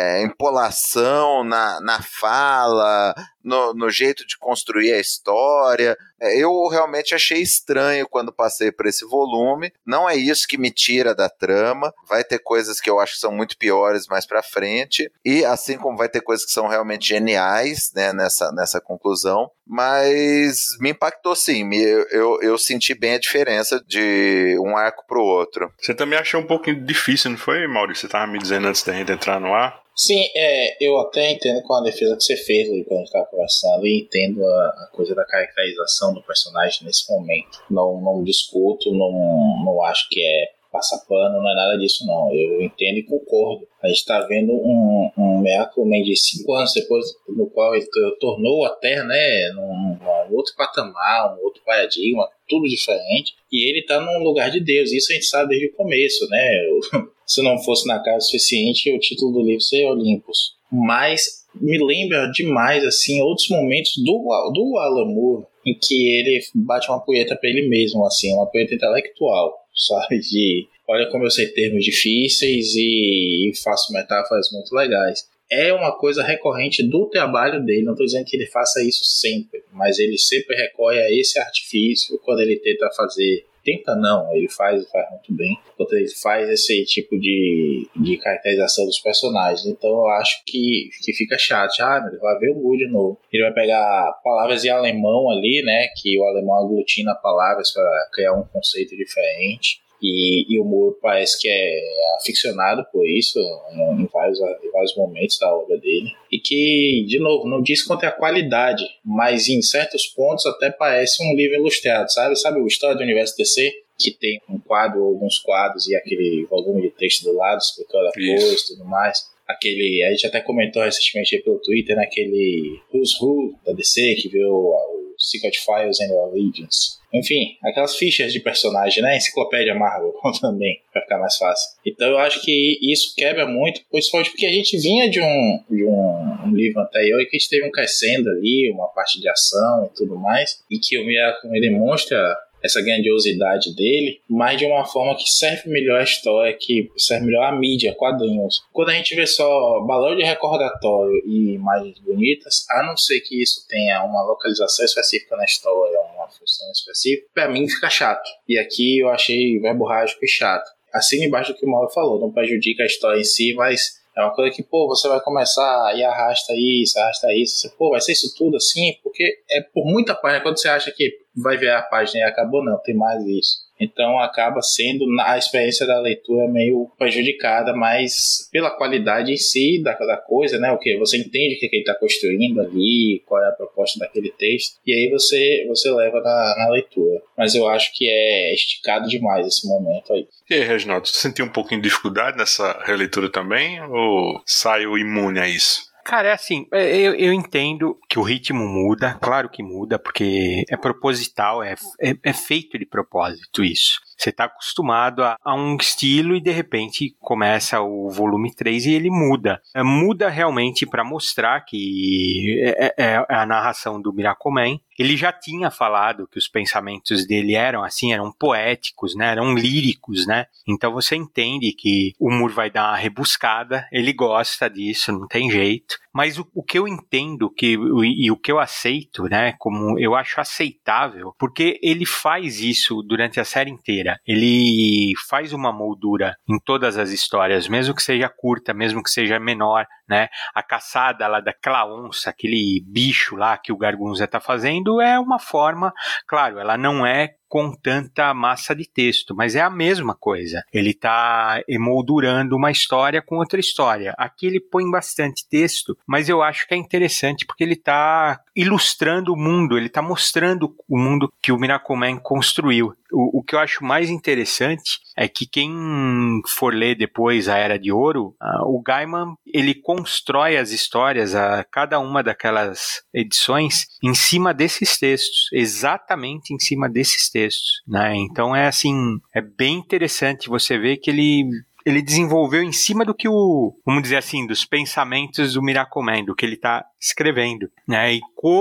empolação na fala, no jeito de construir a história. Eu realmente achei estranho quando passei por esse volume. Não é isso que me tira da trama. Vai ter coisas que eu acho que são muito piores mais pra frente. E assim como vai ter coisas que são realmente geniais, né, nessa conclusão. Mas me impactou sim. Eu senti bem a diferença de um arco pro outro. Você também achou um pouquinho difícil, não foi, Maurício? Você tava me dizendo antes da gente entrar no ar. Sim, eu até entendo com a defesa que você fez quando a gente estava conversando, e entendo a coisa da caracterização do personagem nesse momento. Não discuto, não acho que é passar pano, não é nada disso não. Eu entendo e concordo. A gente está vendo um Miracle Man de 5 anos depois, no qual ele tornou a Terra, né, num outro patamar, um outro paradigma, tudo diferente. E ele está num lugar de Deus. Isso a gente sabe desde o começo, né? Se não fosse na casa o suficiente, o título do livro seria Olympus. Mas me lembra demais, assim, outros momentos do Alan Moore, em que ele bate uma punheta para ele mesmo, assim, uma punheta intelectual. sabe? De olha como eu sei termos difíceis e faço metáforas muito legais. É uma coisa recorrente do trabalho dele, não estou dizendo que ele faça isso sempre, mas ele sempre recorre a esse artifício quando ele tenta fazer. Tenta não, ele faz muito bem, quando ele faz esse tipo de caracterização dos personagens. Então eu acho que fica chato. Meu, vai ver o Moore de novo. Ele vai pegar palavras em alemão ali, né, que o alemão aglutina palavras para criar um conceito diferente. E o Moore parece que é aficionado por isso em vários momentos da obra dele. E que, de novo, não diz quanto é a qualidade, mas em certos pontos até parece um livro ilustrado, sabe? Sabe o História do Universo DC? Que tem um quadro, alguns quadros e aquele volume de texto do lado, explicando a coisa e tudo mais. A gente até comentou recentemente aí pelo Twitter, naquele Who's Who da DC, que viu o Secret Files and Allegiance. Enfim, aquelas fichas de personagem, né? Enciclopédia Marvel também, pra ficar mais fácil. Então eu acho que isso quebra muito, principalmente porque a gente vinha de um livro anterior e que a gente teve um crescendo ali, uma parte de ação e tudo mais, e que o Miracle demonstra essa grandiosidade dele, mas de uma forma que serve melhor a história, que serve melhor a mídia, quadrinhos. Quando a gente vê só balão de recordatório e imagens bonitas, a não ser que isso tenha uma localização específica na história, uma função específica, pra mim fica chato. E aqui eu achei verborrágico e chato. Assim embaixo do que o Mauro falou, não prejudica a história em si, mas é uma coisa que, você vai começar e arrasta isso. Você, vai ser isso tudo assim? Porque é por muita página, quando você acha que vai ver a página e acabou, não, tem mais isso. Então acaba sendo a experiência da leitura meio prejudicada, mas pela qualidade em si da coisa, né? O que você entende o que ele está construindo ali, qual é a proposta daquele texto, e aí você leva na leitura. Mas eu acho que é esticado demais esse momento aí. E aí, Reginaldo, você sentiu um pouquinho de dificuldade nessa releitura também, ou saiu imune a isso? Cara, é assim, eu entendo que o ritmo muda, claro que muda, porque é proposital, é feito de propósito isso. Você está acostumado a um estilo e de repente começa o volume 3 e ele muda. Muda realmente para mostrar que é a narração do Miracleman. Ele já tinha falado que os pensamentos dele eram assim, eram poéticos, né? Eram líricos, né? Então você entende que o Moore vai dar uma rebuscada, ele gosta disso, não tem jeito. Mas o que eu entendo e o que eu aceito, né? Como eu acho aceitável, porque ele faz isso durante a série inteira. Ele faz uma moldura em todas as histórias, mesmo que seja curta, mesmo que seja menor, né? A caçada lá daquela onça, aquele bicho lá que o Gargunza tá fazendo é uma forma, claro, ela não é com tanta massa de texto, mas é a mesma coisa. Ele está emoldurando uma história com outra história. Aqui ele põe bastante texto, mas eu acho que é interessante porque ele está ilustrando o mundo, ele está mostrando o mundo que o Miracleman construiu. O que eu acho mais interessante é que quem for ler depois a Era de Ouro, o Gaiman, ele constrói as histórias, cada uma daquelas edições, em cima desses textos, exatamente em cima desses textos, né? Então é assim, é bem interessante você ver que ele desenvolveu em cima do que vamos dizer assim, dos pensamentos do Miracleman, do que ele está escrevendo, né? E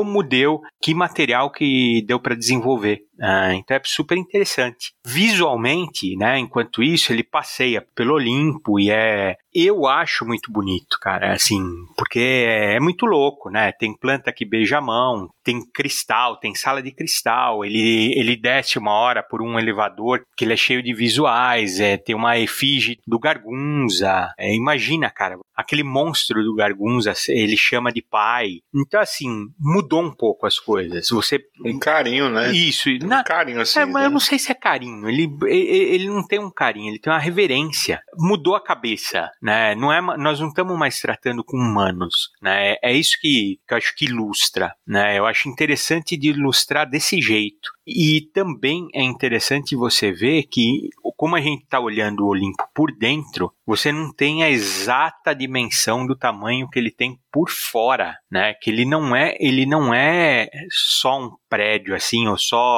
que material que deu para desenvolver. Então é super interessante. Visualmente, né? Enquanto isso, ele passeia pelo Olimpo e eu acho muito bonito, cara, assim, porque é muito louco, né? Tem planta que beija a mão, tem cristal, tem sala de cristal, ele desce uma hora por um elevador que ele é cheio de visuais, tem uma efígie do Gargunza, imagina, cara, aquele monstro do Gargunza, ele chama de pai. Então, assim, mudou um pouco as coisas. Um carinho, né? Isso. Um carinho, assim. Mas né? eu não sei se é carinho. Ele não tem um carinho, ele tem uma reverência. Mudou a cabeça, né? Nós não estamos mais tratando com humanos, né? É isso que eu acho que ilustra, né? Eu acho interessante de ilustrar desse jeito. E também é interessante você ver que, como a gente está olhando o Olimpo por dentro, você não tem a exata dimensão do tamanho que ele tem por fora, né? Que ele não é só um prédio assim, ou só...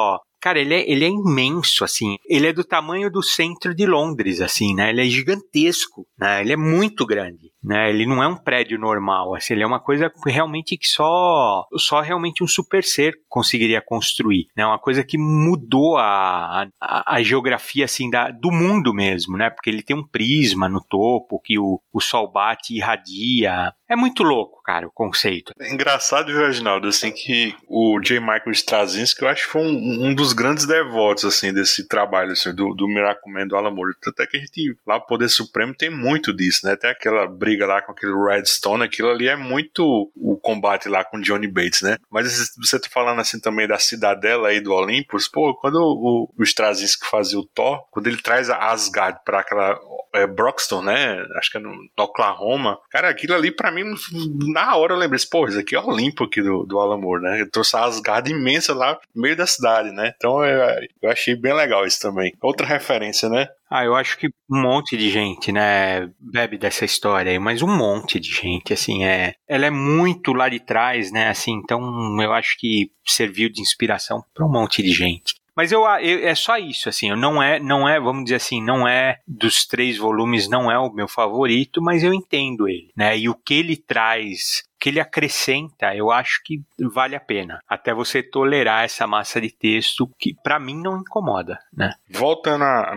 cara, ele é imenso, assim. Ele é do tamanho do centro de Londres, assim, né? Ele é gigantesco, né? Ele é muito grande, né? Ele não é um prédio normal, assim. Ele é uma coisa realmente que só realmente um super ser conseguiria construir, né? Uma coisa que mudou a geografia, assim, do mundo mesmo, né? Porque ele tem um prisma no topo que o sol bate e irradia. É muito louco, cara, o conceito. É engraçado, Reginaldo, assim, que o J. Michael Straczynski, eu acho que foi um dos grandes devotos, assim, desse trabalho, assim, do Miracleman, do Alan Moore. Até que a gente, lá no Poder Supremo, tem muito disso, né? Até aquela briga lá com aquele Redstone, aquilo ali é muito o combate lá com Johnny Bates, né? Mas você tá falando, assim, também da cidadela aí do Olympus, pô, quando o Straczynski fazia o Thor, quando ele traz a Asgard pra aquela Broxton, né? Acho que é no Oklahoma. Cara, aquilo ali pra mim, na hora eu lembrei, pô, isso aqui é o Olimpo aqui do Alan Moore, né? Ele trouxe a Asgard imensa lá no meio da cidade, né? Então eu achei bem legal isso também. Outra referência, né? Eu acho que um monte de gente, né, bebe dessa história aí, mas um monte de gente, assim, ela é muito lá de trás, né, assim, então eu acho que serviu de inspiração para um monte de gente. Mas é só isso, assim, não é, vamos dizer assim, não é dos 3 volumes, não é o meu favorito, mas eu entendo ele, né, e o que ele traz, o que ele acrescenta, eu acho que vale a pena, até você tolerar essa massa de texto que pra mim não incomoda, né. Voltando a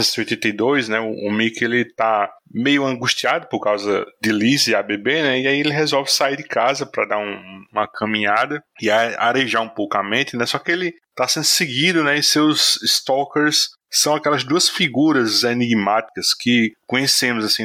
1982, né, o Mickey, ele tá meio angustiado por causa de Liz e a bebê, né, e aí ele resolve sair de casa para dar uma caminhada e arejar um pouco a mente, né, só que ele tá sendo seguido, né, e seus stalkers são aquelas 2 figuras enigmáticas que conhecemos, assim,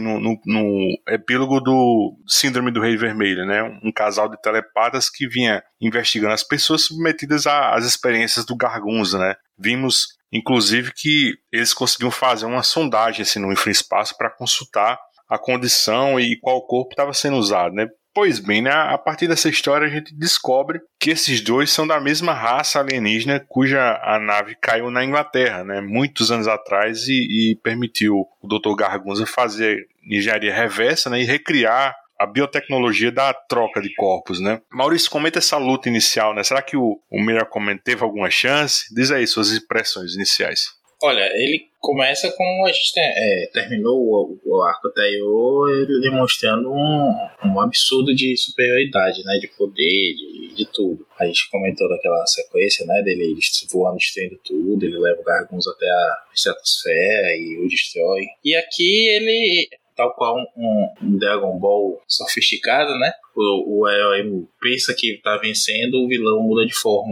no epílogo do Síndrome do Rei Vermelho, né, um casal de telepatas que vinha investigando as pessoas submetidas às experiências do Gargunza, né. Vimos, inclusive, que eles conseguiam fazer uma sondagem, assim, no infraespaço para consultar a condição e qual corpo estava sendo usado, né. Pois bem, né, a partir dessa história a gente descobre que esses 2 são da mesma raça alienígena cuja a nave caiu na Inglaterra, né, muitos anos atrás e permitiu o Dr. Gargunza fazer engenharia reversa, né, e recriar a biotecnologia da troca de corpos, né. Maurício, comenta essa luta inicial, né, será que o Miracleman teve alguma chance? Diz aí suas impressões iniciais. Olha, ele começa com a gente terminou o arco anterior, ele demonstrando um absurdo de superioridade, né, de poder, de tudo. A gente comentou daquela sequência, né, dele voando, destruindo tudo, ele leva o Gargunza até a estratosfera e o destrói. E aqui ele, tal qual um Dragon Ball sofisticado, né? O herói pensa que está vencendo, o vilão muda de forma.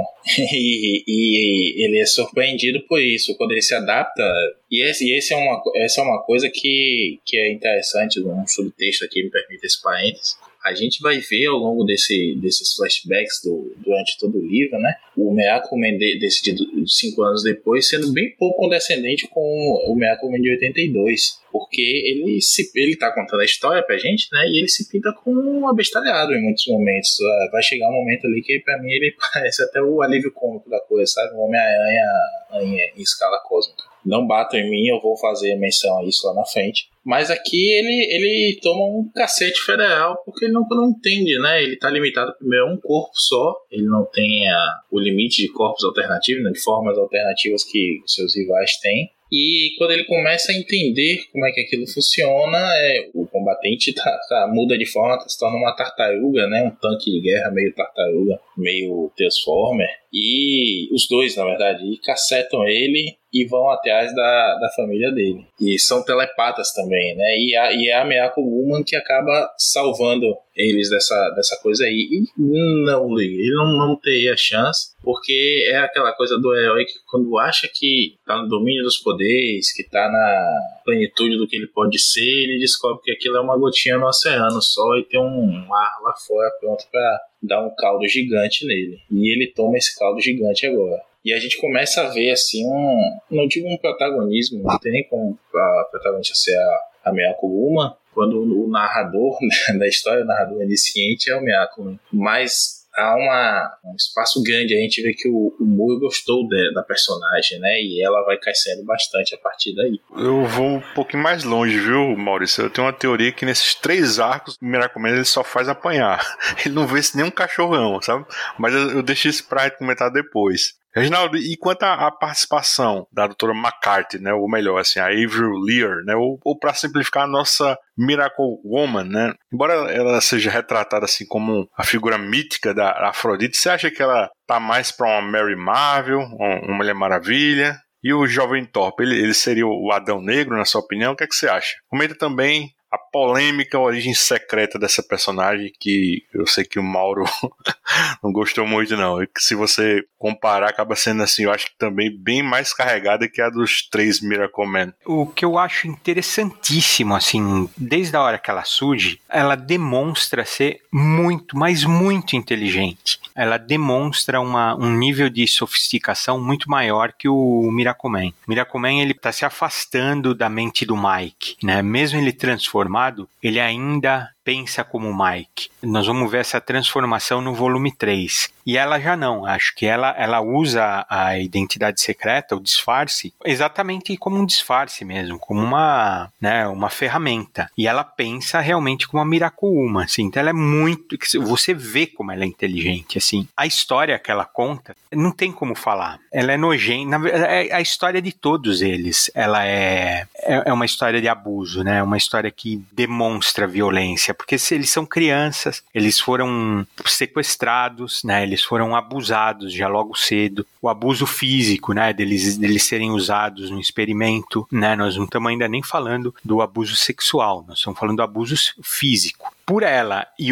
e ele é surpreendido por isso, quando ele se adapta. Essa é uma coisa que é interessante, um subtexto aqui, me permite esse parênteses. A gente vai ver ao longo desses flashbacks durante todo o livro, né? O Miracleman decidido 5 anos depois sendo bem pouco condescendente com o Miracleman de 82. Porque ele tá contando a história pra gente, né? E ele se pinta com um abestalhado em muitos momentos. Vai chegar um momento ali que pra mim ele parece até o alívio cômico da coisa, sabe? O Homem-Aranha em escala cósmica. Não batam em mim, eu vou fazer menção a isso lá na frente. Mas aqui ele toma um cacete federal porque ele não entende, né? Ele tá limitado primeiro a um corpo só. Ele não tem o limite de corpos alternativos, né? De formas alternativas que seus rivais têm. E quando ele começa a entender como é que aquilo funciona, o combatente muda de forma, se torna uma tartaruga, né? Um tanque de guerra meio tartaruga, meio Transformer. E os 2, na verdade, cacetam ele e vão atrás da família dele. E são telepatas também, né? E é a Miracle Woman que acaba salvando eles dessa coisa aí. E não, ele não teria chance, porque é aquela coisa do herói que quando acha que tá no domínio dos poderes, que tá na plenitude do que ele pode ser, ele descobre que aquilo é uma gotinha no oceano só e tem um mar lá fora pronto pra dar um caldo gigante nele. E ele toma esse caldo gigante agora. E a gente começa a ver, assim, não digo um protagonismo, não tem nem como a protagonista ser a Miracle Woman, quando o narrador, né, da história, o narrador onisciente é o Miracle. Mas há um espaço grande, a gente vê que o Moore gostou da personagem, né, e ela vai crescendo bastante a partir daí. Eu vou um pouquinho mais longe, viu, Maurício? Eu tenho uma teoria que nesses 3 arcos, o Miracleman ele só faz apanhar. Ele não vê nem um cachorrão, sabe? Mas eu deixo isso pra comentar depois. Reginaldo, e quanto à participação da doutora McCarthy, né, ou melhor, assim, a Avril Lear, né, ou para simplificar, a nossa Miracle Woman, né, embora ela seja retratada assim como a figura mítica da Afrodite, você acha que ela tá mais para uma Mary Marvel, uma Mulher Maravilha? E o Jovem Thorpe, ele seria o Adão Negro, na sua opinião? O que é que você acha? Comenta também a polêmica origem secreta dessa personagem, que eu sei que o Mauro não gostou muito, não. E que se você comparar, acaba sendo assim, eu acho que também bem mais carregada que a dos 3 Miracle Men. O que eu acho interessantíssimo, assim, desde a hora que ela surge, ela demonstra ser muito, mas muito inteligente. Ela demonstra um nível de sofisticação muito maior que o Miracle Man. O Miracle Man, ele tá se afastando da mente do Mike, né? Mesmo ele transformado, ele ainda pensa como o Mike. Nós vamos ver essa transformação no volume 3. E ela já não. Acho que ela usa a identidade secreta, o disfarce, exatamente como um disfarce mesmo, como uma ferramenta. E ela pensa realmente como uma Miracle Woman, assim. Então ela é muito... Você vê como ela é inteligente, assim. A história que ela conta, não tem como falar. Ela é nojenta. A história de todos eles, ela é uma história de abuso, né? Uma história que demonstra violência, porque se eles são crianças, eles foram sequestrados, né? Eles foram abusados já logo cedo. O abuso físico, né? Deles serem usados no experimento, né? Nós não estamos ainda nem falando do abuso sexual, nós estamos falando do abuso físico. Por ela e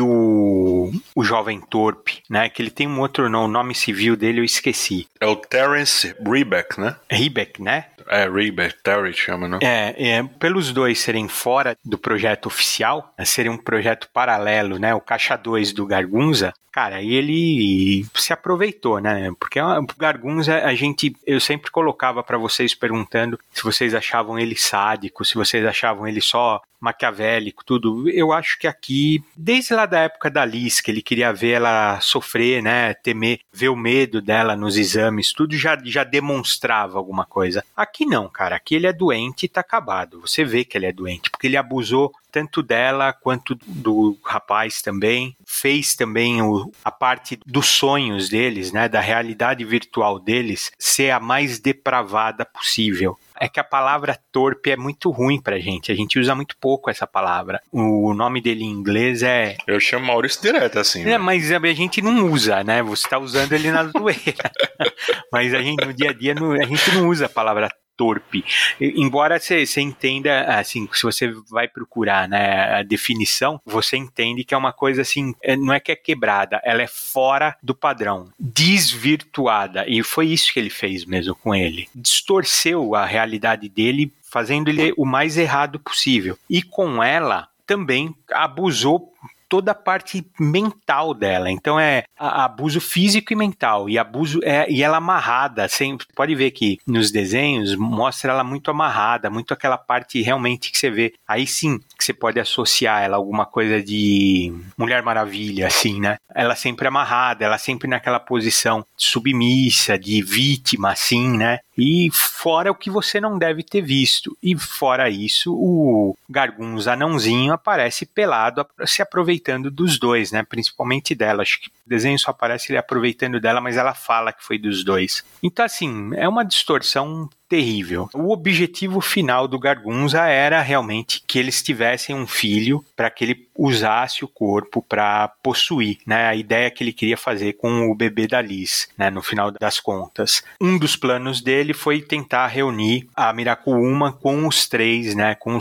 o Jovem Thorpe, né? Que ele tem um outro nome, o nome civil dele eu esqueci. É o Terence Rebeck, né? Rebeck, né? Rebeck, Terry chama, né? Pelos dois serem fora do projeto oficial, seria um projeto paralelo, né? O Caixa 2 do Gargunza, cara, aí ele se aproveitou, né? Porque o Gargunza, eu sempre colocava pra vocês perguntando se vocês achavam ele sádico, se vocês achavam ele só maquiavélico, tudo. Eu acho que aqui, desde lá da época da Liz, que ele queria ver ela sofrer, né, temer, ver o medo dela nos exames, tudo já demonstrava alguma coisa. Aqui não, cara, aqui ele é doente e tá acabado. Você vê que ele é doente, porque ele abusou tanto dela quanto do rapaz também, fez também a parte dos sonhos deles, né, da realidade virtual deles, ser a mais depravada possível. É que a palavra torpe é muito ruim pra gente, a gente usa muito pouco essa palavra. O nome dele em inglês é... Eu chamo Maurício direto, assim. Né? Mas a gente não usa, né? Você tá usando ele na zoeira. Mas a gente, no dia a dia, a gente não usa a palavra torpe. Embora você entenda, assim, se você vai procurar, né, a definição, você entende que é uma coisa assim, não é que é quebrada, ela é fora do padrão, desvirtuada, e foi isso que ele fez mesmo com ele. Distorceu a realidade dele, fazendo ele o mais errado possível. E com ela, também abusou toda a parte mental dela. Então é abuso físico e mental. E ela amarrada. Pode ver que nos desenhos mostra ela muito amarrada, muito aquela parte realmente que você vê. Aí sim que você pode associar ela a alguma coisa de Mulher Maravilha, assim, né? Ela sempre amarrada, ela sempre naquela posição submissa, de vítima, assim, né? E fora o que você não deve ter visto. E fora isso, o Gargunza anãozinho aparece pelado, se aproveitando dos dois, né? Principalmente dela. Acho que o desenho só aparece ele aproveitando dela, mas ela fala que foi dos dois. Então, assim, é uma distorção terrível. O objetivo final do Gargunza era realmente que eles tivessem um filho para que ele usasse o corpo para possuir, né? A ideia que ele queria fazer com o bebê da Liz, né? No final das contas. Um dos planos dele foi tentar reunir a Miracle Woman com os três, né? Com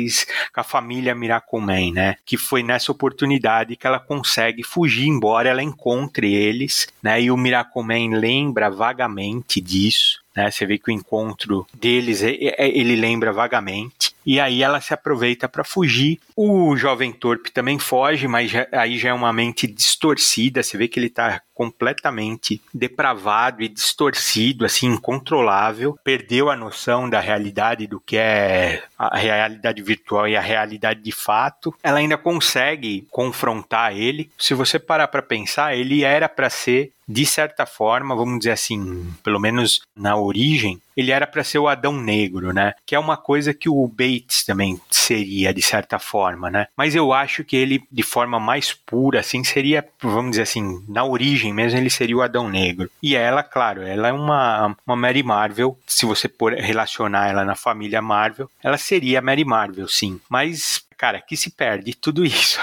a família Miracle Man, né? Que foi nessa oportunidade que ela consegue fugir, embora ela encontre eles, né? E o Miracle Man lembra vagamente disso. Você vê que o encontro deles, ele lembra vagamente. E aí ela se aproveita para fugir. O Jovem Thorpe também foge, mas aí já é uma mente distorcida. Você vê que ele está completamente depravado e distorcido, assim, incontrolável. Perdeu a noção da realidade, do que é a realidade virtual e a realidade de fato. Ela ainda consegue confrontar ele. Se você parar para pensar, ele era para ser, de certa forma, vamos dizer assim, pelo menos na origem, ele era para ser o Adão Negro, né? Que é uma coisa que o Bates também seria, de certa forma, né? Mas eu acho que ele, de forma mais pura, assim, seria, vamos dizer assim, na origem mesmo, ele seria o Adão Negro. E ela, claro, ela é uma Mary Marvel, se você relacionar ela na família Marvel, ela seria a Mary Marvel, sim. Mas, cara, aqui se perde tudo isso.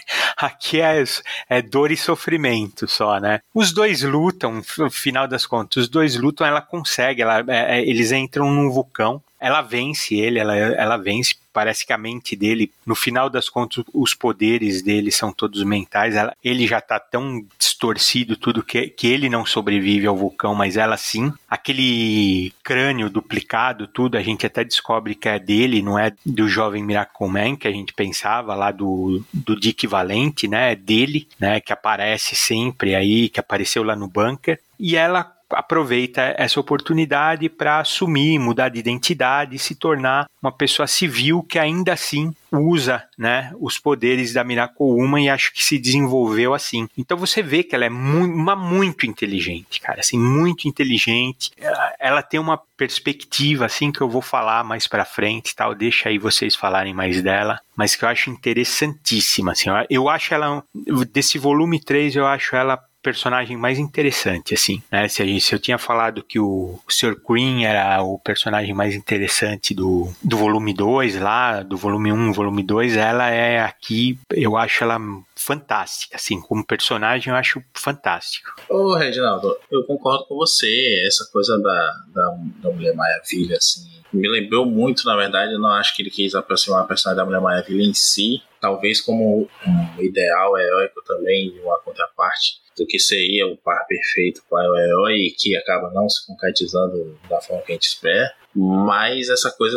Aqui é dor e sofrimento só, né? Os dois lutam, no final das contas, os dois lutam, ela consegue, eles entram num vulcão, ela vence ele, ela vence, parece que a mente dele, no final das contas, os poderes dele são todos mentais, ele já tá tão distorcido tudo que ele não sobrevive ao vulcão, mas ela sim. Aquele crânio duplicado, tudo, a gente até descobre que é dele, não é do jovem Miracle Man, que a gente pensava lá do Dick Valente, né, é dele, né, que aparece sempre aí, que apareceu lá no bunker, e ela aproveita essa oportunidade para assumir, mudar de identidade e se tornar uma pessoa civil que ainda assim usa, né, os poderes da Miracle Woman, e acho que se desenvolveu assim. Então você vê que ela é muito inteligente, cara, assim, muito inteligente. Ela tem uma perspectiva, assim, que eu vou falar mais pra frente, tal, deixa aí vocês falarem mais dela, mas que eu acho interessantíssima, assim. Eu acho ela, desse volume 3, eu acho ela personagem mais interessante, assim, né? Se eu tinha falado que o Sr. Queen era o personagem mais interessante do volume 2 lá, do volume 1, volume 2, ela é aqui, eu acho ela fantástica, assim, como personagem eu acho fantástico. Ô, Reginaldo, eu concordo com você, essa coisa da Mulher Maravilha, assim, me lembrou muito, na verdade, eu não acho que ele quis aproximar a personagem da Mulher Maravilha em si, talvez como um ideal heróico também, de uma contraparte do que seria o par perfeito para o herói e que acaba não se concretizando da forma que a gente espera, mas essa coisa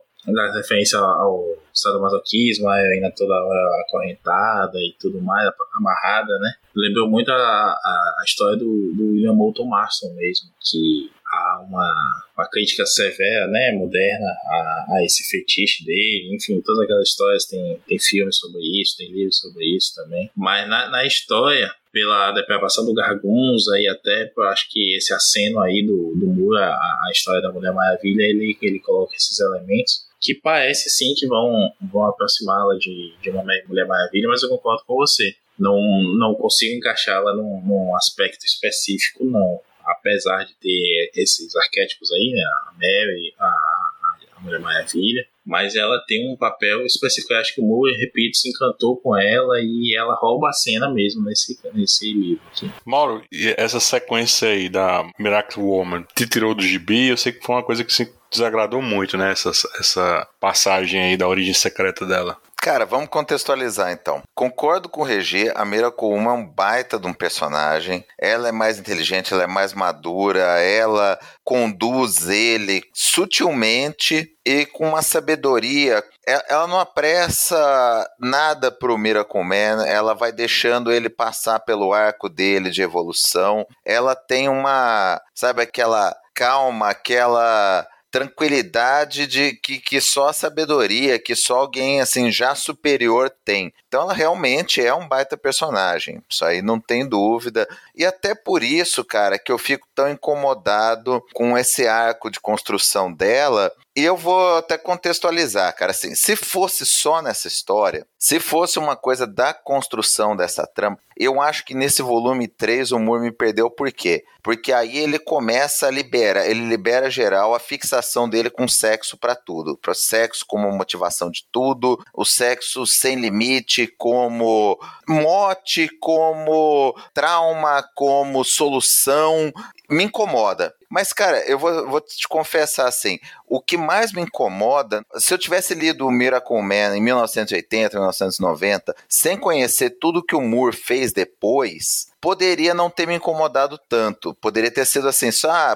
da referência ao sadomasoquismo, a heroína toda hora acorrentada e tudo mais, amarrada, né? Lembrou muito a história do William Moulton Marston mesmo, que há uma crítica severa, né, moderna a esse fetiche dele, enfim, todas aquelas histórias, tem filmes sobre isso, tem livros sobre isso também, mas na história, pela depravação do Gargunza e até, eu acho que esse aceno aí do Moore, a história da Mulher Maravilha, ele coloca esses elementos que parece sim que vão aproximá-la de uma Mulher Maravilha, mas eu concordo com você. Não consigo encaixá-la num aspecto específico, não. Apesar de ter esses arquétipos aí, né? A Mary, a Mulher Maravilha, mas ela tem um papel específico. Eu acho que o Moore, repito, se encantou com ela e ela rouba a cena mesmo nesse livro aqui. Mauro, e essa sequência aí da Miracle Woman te tirou do gibi? Eu sei que foi uma coisa que se desagradou muito, né? Essa passagem aí da origem secreta dela. Cara, vamos contextualizar então. Concordo com o Regi, a Miracle Woman é um baita de um personagem. Ela é mais inteligente, ela é mais madura, ela conduz ele sutilmente e com uma sabedoria. Ela não apressa nada pro Miracle Man, ela vai deixando ele passar pelo arco dele de evolução. Ela tem sabe, aquela calma, aquela tranquilidade de que só a sabedoria, que só alguém assim já superior tem. Então ela realmente é um baita personagem, isso aí não tem dúvida. E até por isso, cara, que eu fico tão incomodado com esse arco de construção dela. E eu vou até contextualizar, cara, assim, se fosse só nessa história, se fosse uma coisa da construção dessa trama, eu acho que nesse volume 3 o Moore me perdeu. Por quê? Porque aí ele começa ele libera geral a fixação dele com sexo pra tudo, para sexo como motivação de tudo, o sexo sem limite como mote, como trauma, como solução, me incomoda. Mas, cara, eu vou te confessar assim, o que mais me incomoda, se eu tivesse lido o Miracle Man em 1980, 1990, sem conhecer tudo que o Moore fez depois, poderia não ter me incomodado tanto. Poderia ter sido assim,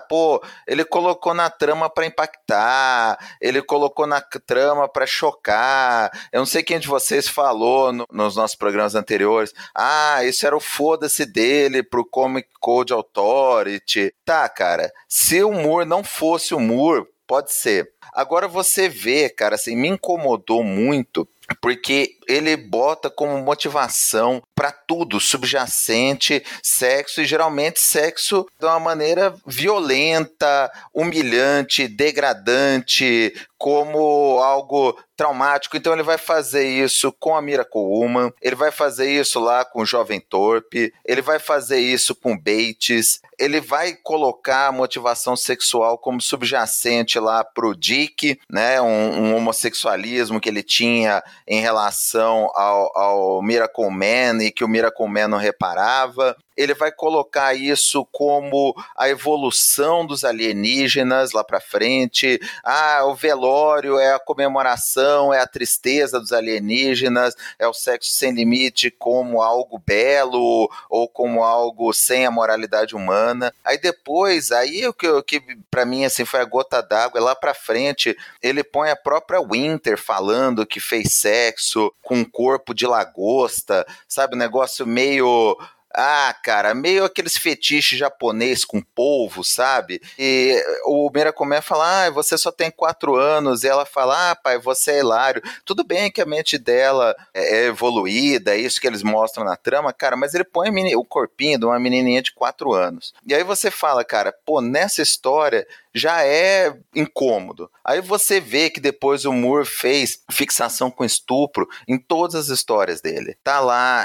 ele colocou na trama pra impactar, ele colocou na trama pra chocar. Eu não sei quem de vocês falou nos nossos programas anteriores, isso era o foda-se dele pro Comic Code Authority. Tá, cara, se o Moore não fosse o Moore, pode ser. Agora você vê, cara, assim, me incomodou muito porque ele bota como motivação para tudo, subjacente, sexo, e geralmente sexo de uma maneira violenta, humilhante, degradante, como algo traumático. Então ele vai fazer isso com a Miracle Woman, ele vai fazer isso lá com o Jovem Torpe, ele vai fazer isso com Bates, ele vai colocar a motivação sexual como subjacente lá pro Dick, né, um homossexualismo que ele tinha em relação ao Miracle Man e que o Miracle Man não reparava. Ele vai colocar isso como a evolução dos alienígenas lá para frente. O velório é a comemoração, é a tristeza dos alienígenas, é o sexo sem limite como algo belo ou como algo sem a moralidade humana. Aí depois, o que para mim assim, foi a gota d'água, é lá para frente, ele põe a própria Winter falando que fez sexo com um corpo de lagosta, sabe, um negócio meio... cara, meio aqueles fetiches japonês com polvo, sabe? E o Miracle Man fala, você só tem 4 anos, e ela fala, pai, você é hilário. Tudo bem que a mente dela é evoluída, é isso que eles mostram na trama, cara, mas ele põe o corpinho de uma menininha de 4 anos. E aí você fala, cara, nessa história já é incômodo. Aí você vê que depois o Moore fez fixação com estupro em todas as histórias dele. Tá lá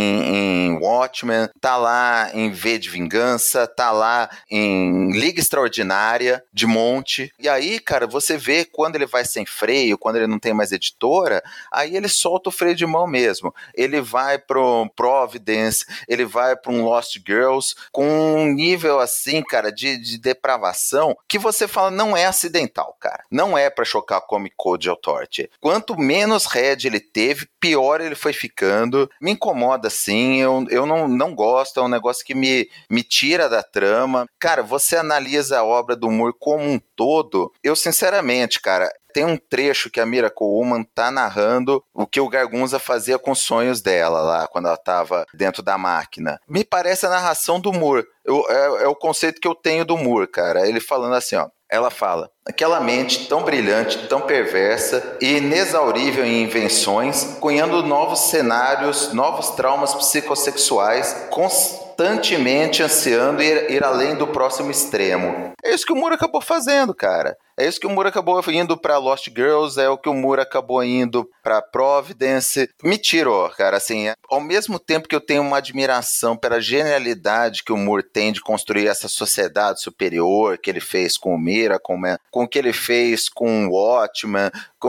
em Watchmen, tá lá em V de Vingança, tá lá em Liga Extraordinária, de monte. E aí, cara, você vê quando ele vai sem freio, quando ele não tem mais editora, aí ele solta o freio de mão mesmo. Ele vai pro Providence, ele vai pra um Lost Girls, com um nível assim, cara, de depravação, que você fala, não é acidental, cara. Não é pra chocar a Comic Code Authority. Quanto menos head ele teve, pior ele foi ficando. Me incomoda, sim. Eu não gosto. É um negócio que me tira da trama. Cara, você analisa a obra do Moore como um todo. Eu, sinceramente, cara... Tem um trecho que a Miracle Woman tá narrando o que o Gargunza fazia com os sonhos dela lá, quando ela tava dentro da máquina. Me parece a narração do Moore. É o conceito que eu tenho do Moore, cara. Ele falando assim, ela fala, aquela mente tão brilhante, tão perversa e inexaurível em invenções, cunhando novos cenários, novos traumas psicossexuais, constantemente ansiando ir além do próximo extremo. É isso que o Moore acabou fazendo, cara. É isso que o Moore acabou indo pra Lost Girls, é o que o Moore acabou indo pra Providence. Me tirou, cara, assim, ao mesmo tempo que eu tenho uma admiração pela genialidade que o Moore tem de construir essa sociedade superior que ele fez com o Miracle Man, com o que ele fez com o Watchmen,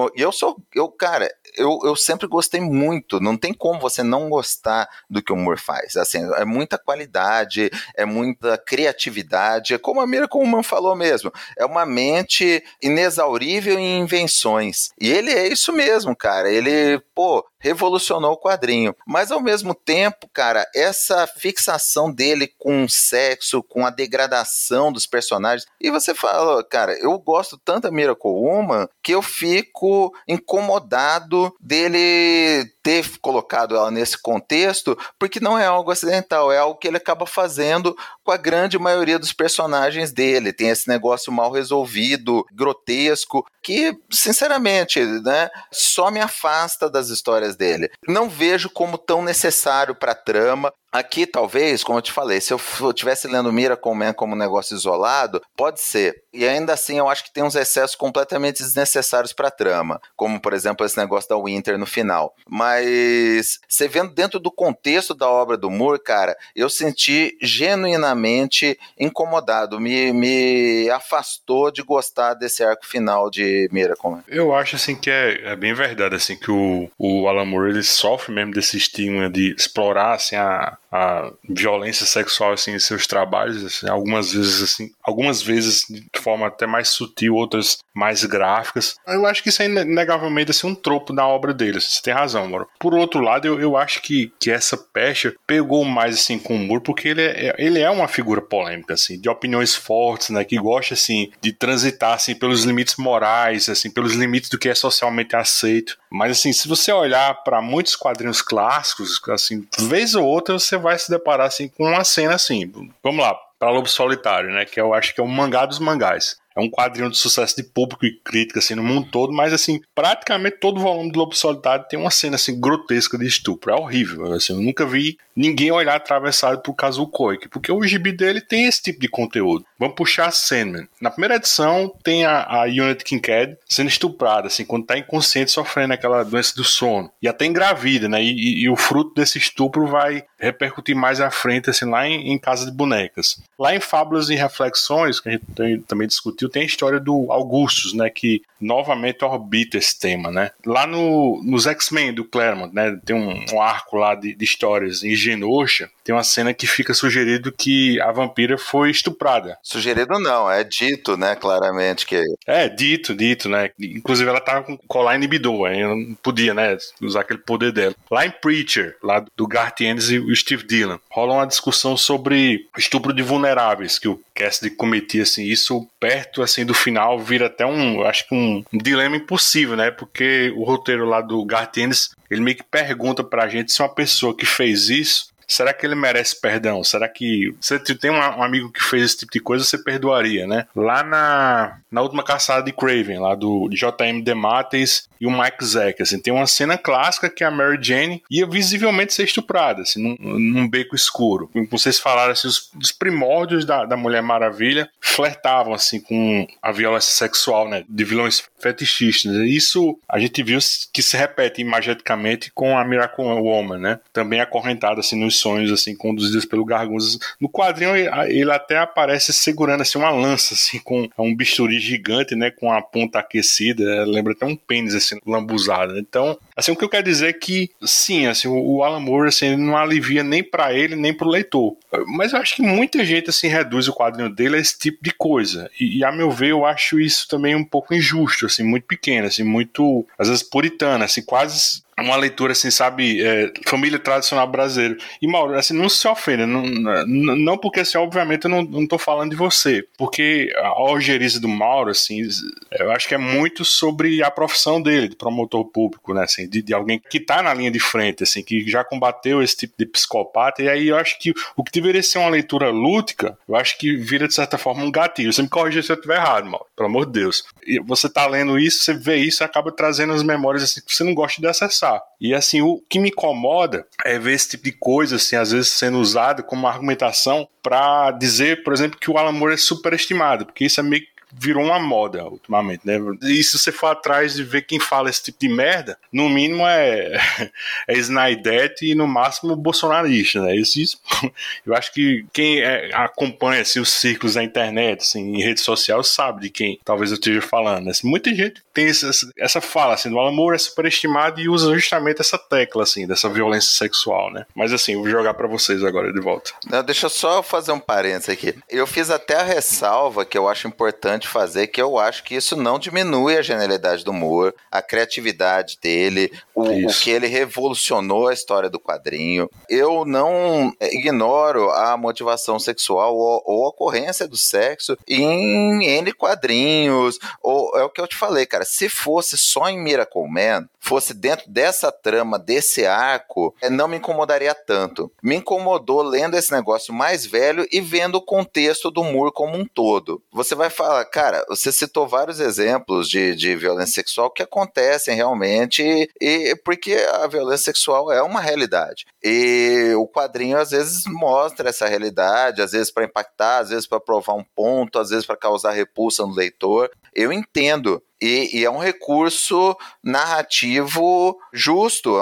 eu sempre gostei muito, não tem como você não gostar do que o Moore faz, assim, é muita qualidade, é muita criatividade, é como a Miracle Woman falou mesmo, é uma mente inexaurível em invenções, e ele é isso mesmo, cara, ele, revolucionou o quadrinho, mas ao mesmo tempo, cara, essa fixação dele com o sexo, com a degradação dos personagens, e você fala, cara, eu gosto tanto da Miracle Woman que eu fico incomodado dele ter colocado ela nesse contexto, porque não é algo acidental, é algo que ele acaba fazendo com a grande maioria dos personagens dele, tem esse negócio mal resolvido, grotesco, que, sinceramente, né, só me afasta das histórias dele. Não vejo como tão necessário para a trama. Aqui, talvez, como eu te falei, se eu estivesse lendo Miracle Man como um negócio isolado, pode ser. E ainda assim, eu acho que tem uns excessos completamente desnecessários para a trama. Como, por exemplo, esse negócio da Winter no final. Mas, você vendo dentro do contexto da obra do Moore, cara, eu senti genuinamente incomodado. Me afastou de gostar desse arco final de Miracle Man. Eu acho, assim, que é bem verdade, assim, que o Alan Moore, ele sofre mesmo desse estigma de explorar, assim, a violência sexual, assim, em seus trabalhos, assim, algumas vezes de forma até mais sutil, outras mais gráficas. Eu acho que isso é inegavelmente, assim, um tropo da obra dele, assim, você tem razão, Mauro. Por outro lado, eu acho que essa pecha pegou mais, assim, com o Moore, porque ele é uma figura polêmica, assim, de opiniões fortes, né, que gosta, assim, de transitar, assim, pelos limites morais, assim, pelos limites do que é socialmente aceito. Mas, assim, se você olhar para muitos quadrinhos clássicos, assim, vez ou outra você vai se deparar, assim, com uma cena, assim, vamos lá, para Lobo Solitário, né, que eu acho que é o mangá dos mangás. é um quadrinho de sucesso de público e crítica, assim, no mundo todo, mas, assim, praticamente todo o volume do Lobo Solitário tem uma cena, assim, grotesca de estupro. É horrível, assim, eu nunca vi ninguém olhar atravessado por Kazuo Koike, porque o gibi dele tem esse tipo de conteúdo. Vamos puxar Sandman. Na primeira edição tem a Unit Kincaid sendo estuprada, assim, quando tá inconsciente, sofrendo aquela doença do sono. E até engravida, né? E o fruto desse estupro vai repercutir mais à frente, assim, lá em Casa de Bonecas. Lá em Fábulas e Reflexões, que a gente também discutiu, tem a história do Augustus, né? Que novamente orbita esse tema, né? Lá nos X-Men do Claremont, né? Tem um arco lá de histórias em Genosha, tem uma cena que fica sugerido que a vampira foi estuprada. Sugerido não, é dito, né, claramente que... É, dito, né? Inclusive ela tava com colar inibidor, aí não podia, né, usar aquele poder dela. Lá em Preacher, lá do Garth Ennis e o Steve Dillon, rola uma discussão sobre estupro de vulneráveis, que o Cassidy cometia, assim, isso perto, assim, do final vira até acho que um dilema impossível, né, porque o roteiro lá do Garth Ennis, ele meio que pergunta pra gente se uma pessoa que fez isso, será que ele merece perdão? Será que você tem um amigo que fez esse tipo de coisa, você perdoaria, né? Lá na última caçada de Craven, lá do J.M. DeMatteis e o Mike Zeck, assim, tem uma cena clássica que a Mary Jane ia visivelmente ser estuprada, assim, num beco escuro. Como vocês falaram, assim, os primórdios da Mulher Maravilha flertavam, assim, com a violência sexual, né? De vilões fetichistas. Isso a gente viu que se repete imageticamente com a Miracle Woman, né? Também acorrentada, assim, nos sonhos, assim, conduzidas pelo Garguzes. No quadrinho, ele até aparece segurando, assim, uma lança, assim, com um bisturi gigante, né, com a ponta aquecida, lembra até um pênis, assim, lambuzado. Então, assim, o que eu quero dizer é que, sim, assim, o Alan Moore, assim, ele não alivia nem pra ele, nem pro leitor. Mas eu acho que muita gente, assim, reduz o quadrinho dele a esse tipo de coisa. E a meu ver, eu acho isso também um pouco injusto, assim, muito pequeno, assim, muito, às vezes, puritano, assim, quase... uma leitura, assim, sabe, família tradicional brasileira. E, Mauro, assim, não se ofenda, não porque, assim, obviamente eu não tô falando de você, porque a algerice do Mauro, assim, eu acho que é muito sobre a profissão dele, de promotor público, né, assim, de alguém que tá na linha de frente, assim, que já combateu esse tipo de psicopata, e aí eu acho que o que deveria ser uma leitura lúdica, eu acho que vira, de certa forma, um gatilho. Você me corrija se eu estiver errado, Mauro, pelo amor de Deus. E você tá lendo isso, você vê isso e acaba trazendo as memórias, assim, que você não gosta de acessar. E assim, o que me incomoda é ver esse tipo de coisa, assim, às vezes sendo usado como argumentação para dizer, por exemplo, que o Alan Moore é superestimado, porque isso é meio que virou uma moda ultimamente, né? E se você for atrás de ver quem fala esse tipo de merda, no mínimo é Snydete e no máximo bolsonarista, né? Isso eu acho que quem acompanha assim, os círculos da internet, assim, em rede social, sabe de quem talvez eu esteja falando. Assim, muita gente tem essa fala, assim, do Alan Moore é superestimado e usa justamente essa tecla, assim, dessa violência sexual, né? Mas assim, eu vou jogar pra vocês agora de volta. Não, deixa eu só fazer um parênteses aqui. Eu fiz até a ressalva que eu acho importante fazer, que eu acho que isso não diminui a genialidade do Moore, a criatividade dele, o que ele revolucionou a história do quadrinho. Eu não ignoro a motivação sexual ou a ocorrência do sexo em N quadrinhos, ou é o que eu te falei, cara, se fosse só em Miracle Man, fosse dentro dessa trama, desse arco, não me incomodaria tanto. Me incomodou lendo esse negócio mais velho e vendo o contexto do Moore como um todo. Você vai falar, cara, você citou vários exemplos de violência sexual que acontecem realmente, e porque a violência sexual é uma realidade. E o quadrinho às vezes mostra essa realidade, às vezes para impactar, às vezes para provar um ponto, às vezes para causar repulsa no leitor. Eu entendo. E é um recurso narrativo justo, é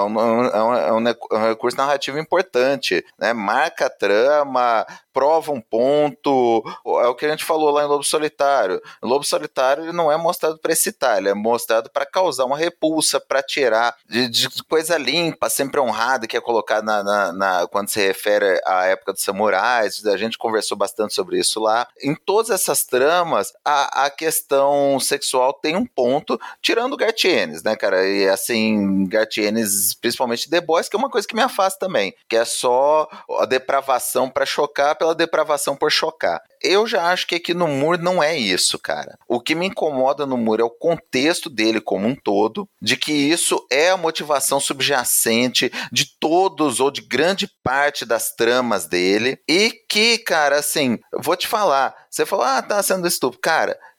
um recurso narrativo importante, né? Marca a trama, prova um ponto, é o que a gente falou lá em Lobo Solitário. O Lobo Solitário ele não é mostrado para excitar, ele é mostrado para causar uma repulsa, para tirar de coisa limpa, sempre honrada, que é colocado quando se refere à época dos samurais. A gente conversou bastante sobre isso lá. Em todas essas tramas, a questão sexual tem um ponto, tirando o Garth Ennis, né, cara? E assim, Garth Ennis, principalmente The Boys, que é uma coisa que me afasta também, que é só a depravação para chocar pela depravação por chocar. Eu já acho que aqui no Moore não é isso, cara. O que me incomoda no Moore é o contexto dele como um todo, de que isso é a motivação subjacente de todos ou de grande parte das tramas dele, e que, cara, assim, vou te falar, você falou, tá sendo estúpido. Cara,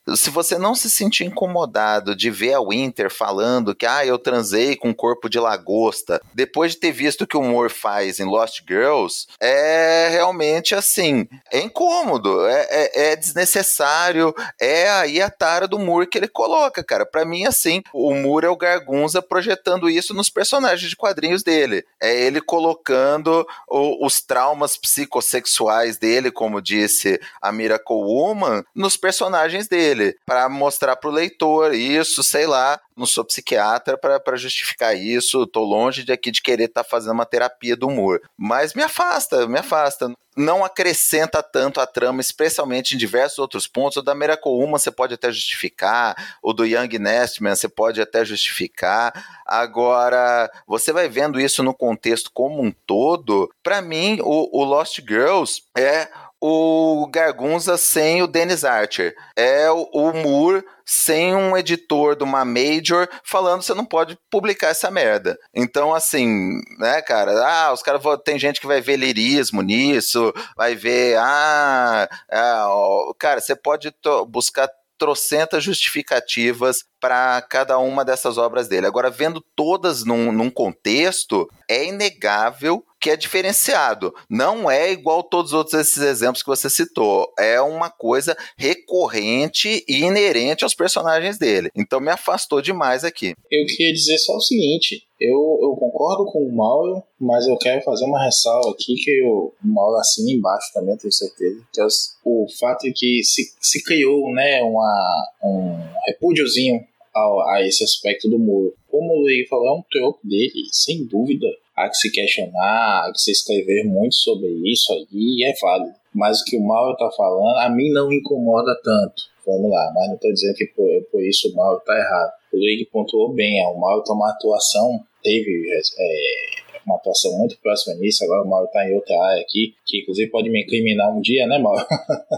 Se você não se sentir incomodado de ver a Winter falando que eu transei com um corpo de lagosta, depois de ter visto o que o Moore faz em Lost Girls, é realmente assim, é incômodo, é desnecessário, é aí a tara do Moore que ele coloca, cara. Pra mim, assim, o Moore é o Gargunza projetando isso nos personagens de quadrinhos dele. É ele colocando os traumas psicossexuais dele, como disse a Miracle Woman, nos personagens dele, para mostrar pro leitor isso, sei lá, não sou psiquiatra para justificar isso, tô longe de querer estar fazendo uma terapia do humor, mas me afasta, não acrescenta tanto a trama, especialmente em diversos outros pontos. O da Miracle Woman você pode até justificar, o do Young Nestman você pode até justificar, agora você vai vendo isso no contexto como um todo. Para mim, o Lost Girls é o Gargunza sem o Dennis Archer, é o Moore sem um editor de uma major falando que você não pode publicar essa merda. Então, assim, né, cara, os caras tem gente que vai ver lirismo nisso, vai ver, cara, você pode buscar trocentas justificativas para cada uma dessas obras dele. Agora, vendo todas num contexto, é inegável que é diferenciado. Não é igual todos os outros esses exemplos que você citou. É uma coisa recorrente e inerente aos personagens dele. Então me afastou demais aqui. Eu queria dizer só o seguinte. Eu concordo com o Mauro, mas eu quero fazer uma ressalva aqui que o Mauro assina embaixo também, tenho certeza. Que é o fato de que se criou, né, um repúdiozinho a esse aspecto do Muro. Como o Luigi falou, é um troco dele, sem dúvida. Há que se questionar, há que se escrever muito sobre isso aí, e é válido. Mas o que o Mauro está falando, a mim não incomoda tanto. Vamos lá, mas não estou dizendo que por isso o Mauro está errado. O Luigi pontuou bem, o Mauro teve uma atuação muito próxima nisso. Agora o Mauro está em outra área aqui, que inclusive pode me incriminar um dia, né, Mauro?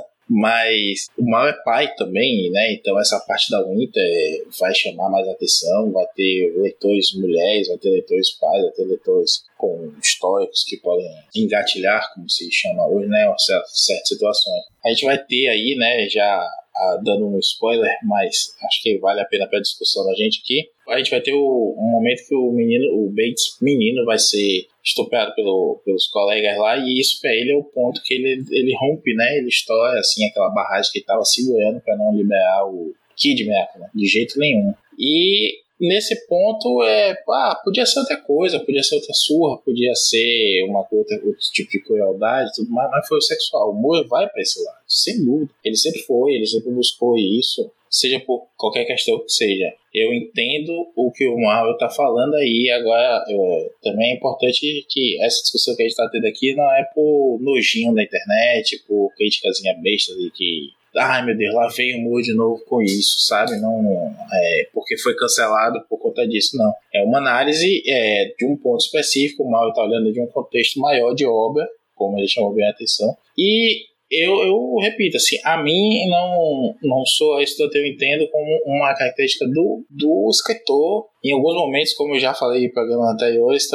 Mas o Mauro é pai também, né? Então essa parte da Winter vai chamar mais atenção, vai ter leitores mulheres, vai ter leitores pais, vai ter leitores com históricos que podem engatilhar, como se chama hoje, né? Certas situações. A gente vai ter aí, né, já dando um spoiler, mas acho que vale a pena para a discussão da gente aqui. A gente vai ter um momento que o Bates menino vai ser estuprado pelos colegas lá, e isso para ele é o ponto que ele rompe, né? Ele estoura assim aquela barragem que estava segurando para não liberar o Kidman, né? De jeito nenhum. E nesse ponto podia ser outra coisa, podia ser outra surra, podia ser outro tipo de crueldade, tudo mais, mas foi o sexual. O Moore vai para esse lado, sem dúvida. Ele sempre buscou isso, seja por qualquer questão que seja. Eu entendo o que o Mauro está falando aí. Agora, também é importante que essa discussão que a gente está tendo aqui não é por nojinho da internet, por criticazinha besta de que ai meu Deus, lá vem o Moore de novo com isso, sabe? Não porque foi cancelado por conta disso, não. É uma análise de um ponto específico. O Mauro está olhando de um contexto maior de obra, como ele chamou bem a atenção. E eu repito, assim, a mim não sou isso que eu entendo como uma característica do escritor. Em alguns momentos, como eu já falei em programas anteriores,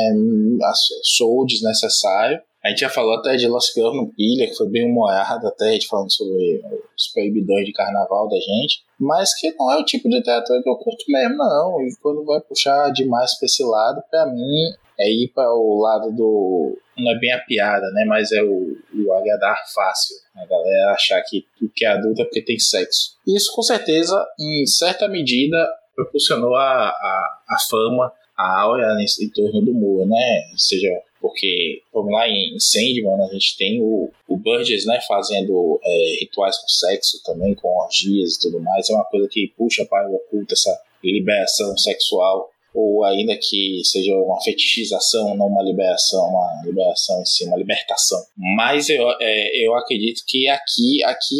sou desnecessário. A gente já falou até de Lost Girls no Pilha, que foi bem humorado até, a gente falando sobre os proibidões de carnaval da gente, mas que não é o tipo de literatura que eu curto mesmo, não. E quando vai puxar demais pra esse lado, pra mim, é ir para o lado do... Não é bem a piada, né? Mas é o agradar fácil. A galera achar que o que é adulto é porque tem sexo. E isso, com certeza, em certa medida, proporcionou a fama, a áurea em torno do Moore, né? Ou seja, porque, vamos lá, em Sandman, a gente tem o Burgess, né, fazendo rituais com sexo também, com orgias e tudo mais. É uma coisa que puxa para o oculto, essa liberação sexual, ou ainda que seja uma fetichização, não uma liberação em si, uma libertação. Mas eu acredito que aqui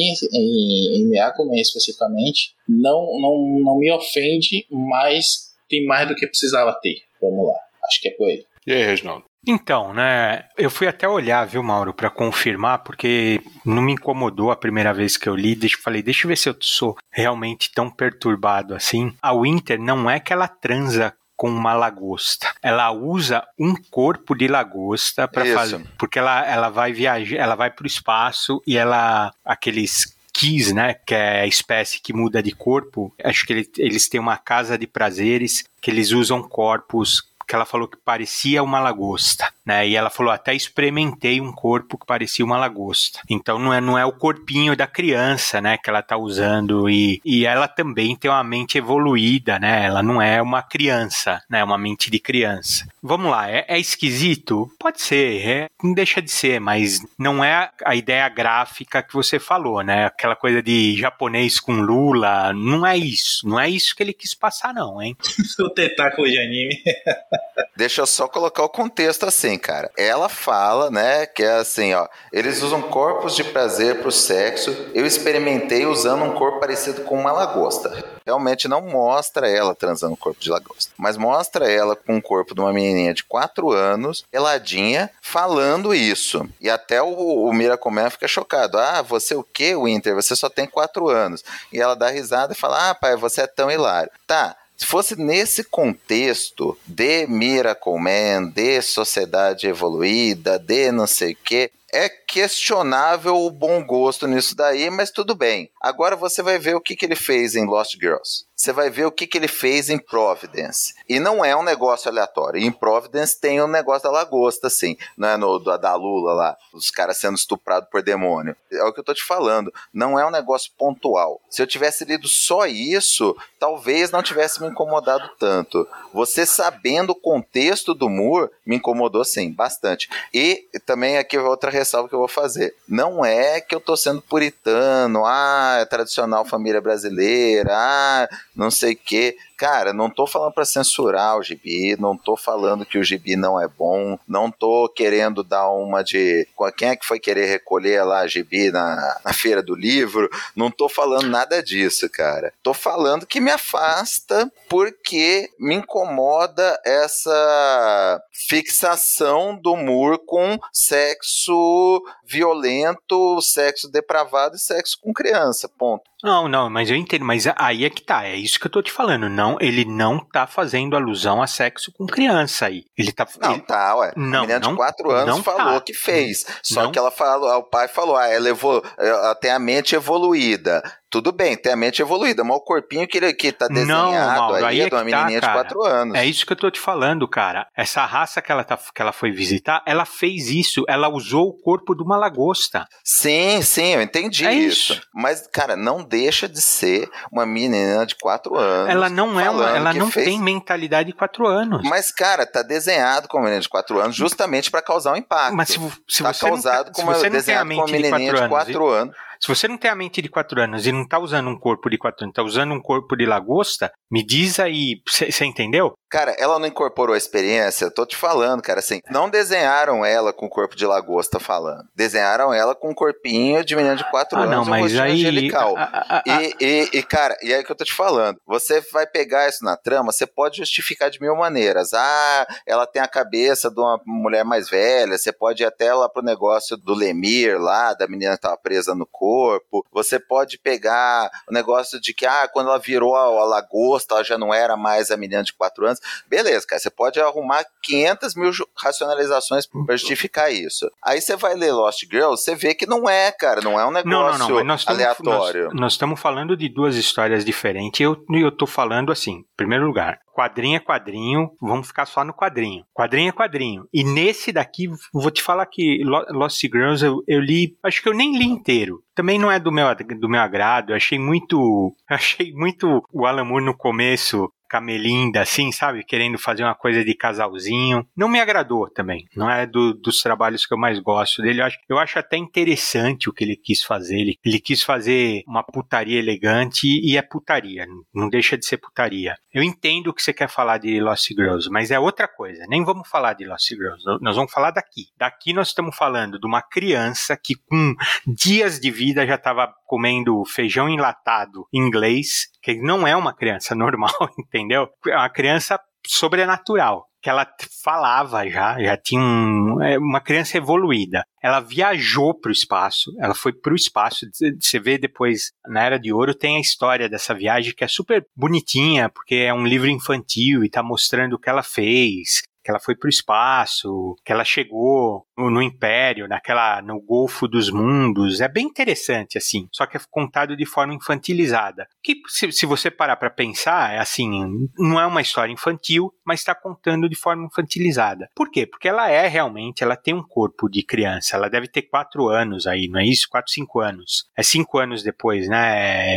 em Miracle Man especificamente, não me ofende, mas tem mais do que precisava ter. Vamos lá, acho que é por aí. E aí, Reginaldo? Então, né, eu fui até olhar, viu, Mauro, para confirmar, porque não me incomodou a primeira vez que eu li. Deixa eu ver se eu sou realmente tão perturbado assim. A Winter não é que ela transa com uma lagosta. Ela usa um corpo de lagosta para fazer, porque ela vai viajar, ela vai para o espaço e aqueles Kiss, né, que é a espécie que muda de corpo, acho que eles têm uma casa de prazeres que eles usam corpos que ela falou que parecia uma lagosta, né? E ela falou, até experimentei um corpo que parecia uma lagosta. Então não é o corpinho da criança, né, que ela tá usando, e ela também tem uma mente evoluída, né? Ela não é uma criança, né? Uma mente de criança. Vamos lá, é esquisito? Pode ser, não deixa de ser, mas não é a ideia gráfica que você falou, né? Aquela coisa de japonês com Lula, não é isso que ele quis passar não, hein? O tentáculo de anime. Deixa eu só colocar o contexto assim, cara. Ela fala, né, que é assim, ó, eles usam corpos de prazer pro sexo. Eu experimentei usando um corpo parecido com uma lagosta. Realmente não mostra ela transando um corpo de lagosta, mas mostra ela com o corpo de uma menininha de 4 anos, peladinha, falando isso. E até o Miracle Man fica chocado. Ah, você o quê, Winter? Você só tem 4 anos. E ela dá risada e fala, ah, pai, você é tão hilário. Tá. Se fosse nesse contexto de Miracle Man, de sociedade evoluída, de não sei o quê, é questionável o bom gosto nisso daí, mas tudo bem. Agora você vai ver o que ele fez em Lost Girls. Você vai ver o que ele fez em Providence. E não é um negócio aleatório. Em Providence tem um negócio da lagosta, assim. Não é da Lula lá, os caras sendo estuprados por demônio. É o que eu tô te falando. Não é um negócio pontual. Se eu tivesse lido só isso, talvez não tivesse me incomodado tanto. Você sabendo o contexto do Moore, me incomodou sim, bastante. E também aqui outra ressalva que eu vou fazer. Não é que eu tô sendo puritano, é tradicional família brasileira, não sei o quê. Cara, não tô falando pra censurar o gibi, não tô falando que o gibi não é bom, não tô querendo dar uma de... Quem é que foi querer recolher lá gibi na feira do livro? Não tô falando nada disso, cara. Tô falando que me afasta porque me incomoda essa fixação do Moore com sexo violento, sexo depravado e sexo com criança, ponto. Não, mas eu entendo, mas aí é que tá, é isso que eu tô te falando, não, ele não tá fazendo alusão a sexo com criança aí, ele tá... Tá, ué, a menina de 4 anos falou que fez, só que ela falou, o pai falou, ela tem a mente evoluída. Tudo bem, tem a mente evoluída, mas o corpinho que tá desenhado Mauro, aí é de uma menininha de 4 anos. É isso que eu tô te falando, cara. Essa raça que ela foi visitar, ela fez isso, ela usou o corpo de uma lagosta. Sim, eu entendi isso. Mas, cara, não deixa de ser uma menina de 4 anos. Ela não tem mentalidade de 4 anos. Mas, cara, tá desenhado como uma menina de 4 anos justamente pra causar um impacto. Mas se tá você causado não, como uma menininha de 4 anos. Se você não tem a mente de 4 anos e não tá usando um corpo de 4 anos, tá usando um corpo de lagosta, me diz aí, você entendeu? Cara, ela não incorporou a experiência, eu tô te falando, cara, assim, não desenharam ela com o corpo de lagosta falando, desenharam ela com um corpinho de menina de 4 anos, não, mas aí... angelical. E, cara, e aí que eu tô te falando, você vai pegar isso na trama, você pode justificar de 1000 maneiras, ela tem a cabeça de uma mulher mais velha, você pode ir até lá pro negócio do Lemire lá, da menina que tava presa no corpo, você pode pegar o negócio de que, quando ela virou a lagosta, ela já não era mais a menina de 4 anos, beleza, cara, você pode arrumar 500 mil racionalizações pra justificar isso. Aí você vai ler Lost Girls, você vê que não é, cara, não é um negócio aleatório. Nós estamos falando de 2 histórias diferentes, eu tô falando assim, em primeiro lugar, quadrinho é quadrinho, vamos ficar só no quadrinho. Quadrinho é quadrinho. E nesse daqui, vou te falar que Lost Girls eu li, acho que eu nem li inteiro. Também não é do meu agrado, eu achei muito o Alan Moore no começo, camelinda, assim, sabe? Querendo fazer uma coisa de casalzinho. Não me agradou também. Não é dos trabalhos que eu mais gosto dele. Eu acho até interessante o que ele quis fazer. Ele quis fazer uma putaria elegante e é putaria. Não deixa de ser putaria. Eu entendo o que você quer falar de Lost Girls, mas é outra coisa. Nem vamos falar de Lost Girls. Nós vamos falar daqui. Daqui nós estamos falando de uma criança que com dias de vida já estava comendo feijão enlatado em inglês, que não é uma criança normal, entendeu? É uma criança sobrenatural, que ela falava já tinha uma criança evoluída. Ela viajou para o espaço, ela foi para o espaço. Você vê depois, na Era de Ouro, tem a história dessa viagem que é super bonitinha, porque é um livro infantil e está mostrando o que ela fez. Que ela foi pro espaço, que ela chegou no Império, no Golfo dos Mundos. É bem interessante, assim, só que é contado de forma infantilizada. Que, se você parar pra pensar, é assim, não é uma história infantil, mas está contando de forma infantilizada. Por quê? Porque ela ela tem um corpo de criança, ela deve ter 4 anos aí, não é isso? 4, 5 anos. É 5 anos depois, né? É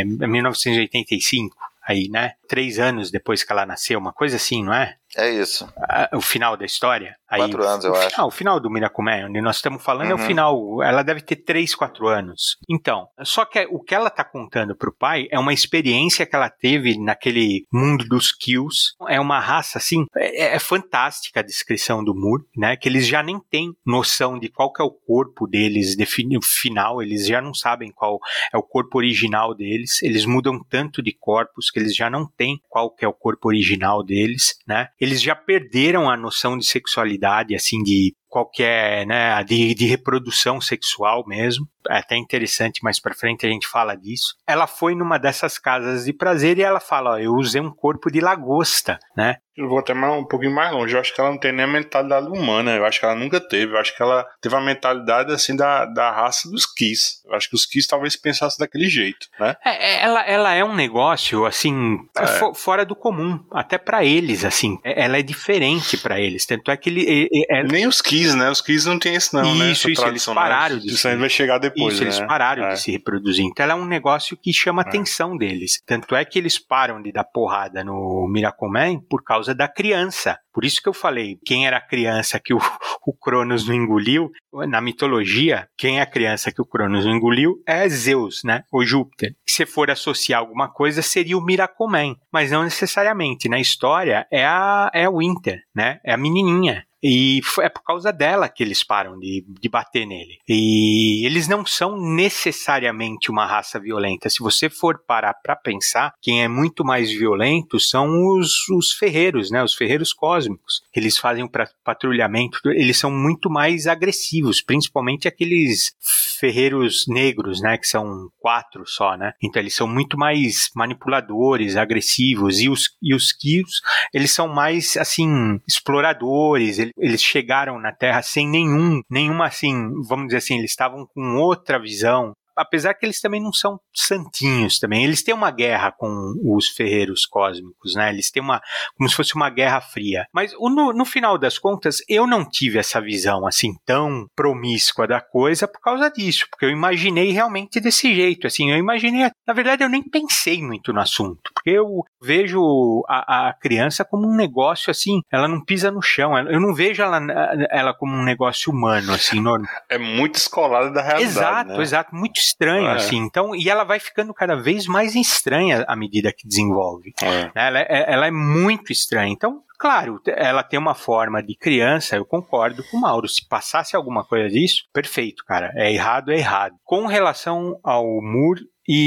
1985. Aí, né? 3 anos depois que ela nasceu, uma coisa assim, não é? É isso. O final da história. 4 anos, eu acho. O final do Miracle onde nós estamos falando é o final. Ela deve ter 3, 4 anos. Então, só que o que ela tá contando pro pai é uma experiência que ela teve naquele mundo dos Kills. É uma raça, assim, é fantástica a descrição do Moore, né? Que eles já nem têm noção de qual que é o corpo deles final. Eles já não sabem qual é o corpo original deles. Eles mudam tanto de corpos que eles já não têm qual que é o corpo original deles, né? Eles já perderam a noção de sexualidade, assim, de qualquer, né, de reprodução sexual mesmo. É até interessante, mais pra frente a gente fala disso. Ela foi numa dessas casas de prazer e ela fala, ó, eu usei um corpo de lagosta, né? Eu vou até um pouquinho mais longe. Eu acho que ela não tem nem a mentalidade humana. Eu acho que ela nunca teve. Eu acho que ela teve a mentalidade, assim, da raça dos Kiss. Eu acho que os Kiss talvez pensassem daquele jeito, né? Ela é um negócio, assim, fora do comum. Até pra eles, assim. Ela é diferente pra eles. Tanto é que nem os Kiss, né? Os Kiss não tem isso, não, né? Isso, eles pararam de isso aí vai chegar depois, isso, né? Eles pararam de se reproduzir. Então ela é um negócio que chama a atenção deles. Tanto é que eles param de dar porrada no Miracle Man por causa da criança. Por isso que eu falei, quem era a criança que o Cronos não engoliu, na mitologia, quem é a criança que o Cronos não engoliu é Zeus, né? Ou Júpiter. Se for associar alguma coisa, seria o Miracle Man. Mas não necessariamente. Na história, é a Winter, né? É a menininha. E é por causa dela que eles param de bater nele. E eles não são necessariamente uma raça violenta. Se você for parar para pensar, quem é muito mais violento são os ferreiros, né? Os ferreiros cósmicos. Eles fazem o patrulhamento, eles são muito mais agressivos, principalmente aqueles ferreiros negros, né? Que são 4 só, né? Então eles são muito mais manipuladores, agressivos. E os Kills, eles são mais, assim, exploradores. Eles chegaram na Terra sem nenhuma, assim, vamos dizer assim, eles estavam com outra visão. Apesar que eles também não são santinhos também. Eles têm uma guerra com os ferreiros cósmicos, né? Eles têm como se fosse uma guerra fria. Mas no final das contas, eu não tive essa visão assim tão promíscua da coisa por causa disso. Porque eu imaginei realmente desse jeito. Assim, eu imaginei... Na verdade, eu nem pensei muito no assunto. Porque eu vejo a criança como um negócio assim... Ela não pisa no chão. Eu não vejo ela como um negócio humano, assim, normal. É muito descolada da realidade, exato, né? Exato. Muito estranho, assim. Então, e ela vai ficando cada vez mais estranha à medida que desenvolve. Ela é muito estranha. Então, claro, ela tem uma forma de criança, eu concordo com o Mauro. Se passasse alguma coisa disso, perfeito, cara. É errado. Com relação ao Moore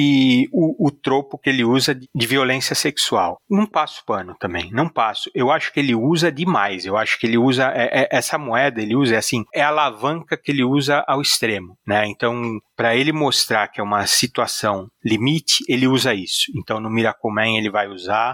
e o tropo que ele usa de violência sexual. Não passo pano também, não passo. Eu acho que ele usa demais. Eu acho que ele usa essa moeda, ele usa assim, é a alavanca que ele usa ao extremo, né? Então, para ele mostrar que é uma situação limite, ele usa isso. Então, no Miracle Man ele vai usar,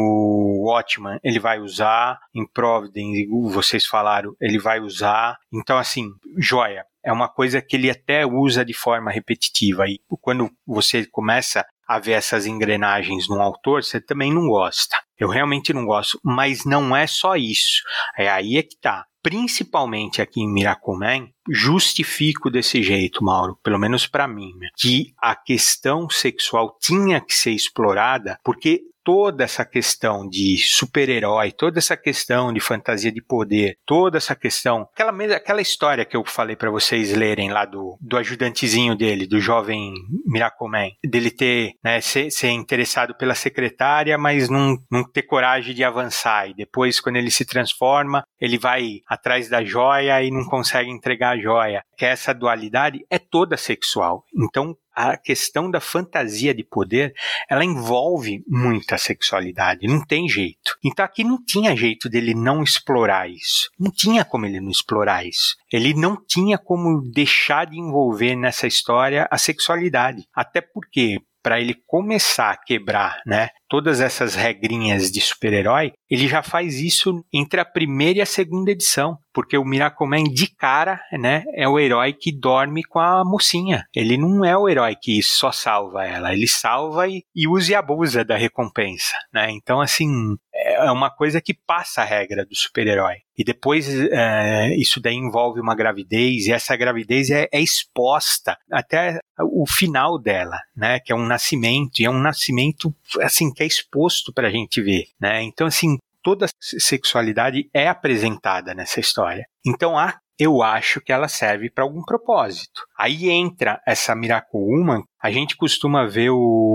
no Watchman ele vai usar, em Providence, vocês falaram, ele vai usar. Então, assim, joia. É uma coisa que ele até usa de forma repetitiva. E quando você começa a ver essas engrenagens no autor, você também não gosta. Eu realmente não gosto, mas não é só isso. É aí que tá. Principalmente aqui em Miracle Man, justifico desse jeito, Mauro, pelo menos para mim, que a questão sexual tinha que ser explorada, porque toda essa questão de super-herói, toda essa questão de fantasia de poder, toda essa questão, aquela história que eu falei para vocês lerem lá do ajudantezinho dele, do jovem Miracle Man, dele ter, né, ser interessado pela secretária, mas não ter coragem de avançar, e depois quando ele se transforma, ele vai atrás da joia e não consegue entregar a joia. Que essa dualidade é toda sexual. Então, a questão da fantasia de poder, ela envolve muita sexualidade, não tem jeito. Então aqui não tinha jeito dele não explorar isso. Não tinha como ele não explorar isso. Ele não tinha como deixar de envolver nessa história a sexualidade. Até porque, para ele começar a quebrar, né, todas essas regrinhas de super-herói, ele já faz isso entre a primeira e a segunda edição, porque o Miracleman de cara, né, é o herói que dorme com a mocinha. Ele não é o herói que só salva ela, ele salva e usa e abusa da recompensa, né? Então, assim, é uma coisa que passa a regra do super-herói. E depois isso daí envolve uma gravidez, e essa gravidez é exposta até o final dela, né? Que é um nascimento, e é um nascimento assim, que é exposto para a gente ver, né? Então, assim, toda a sexualidade é apresentada nessa história. Então, eu acho que ela serve para algum propósito. Aí entra essa Miracle Woman, a gente costuma ver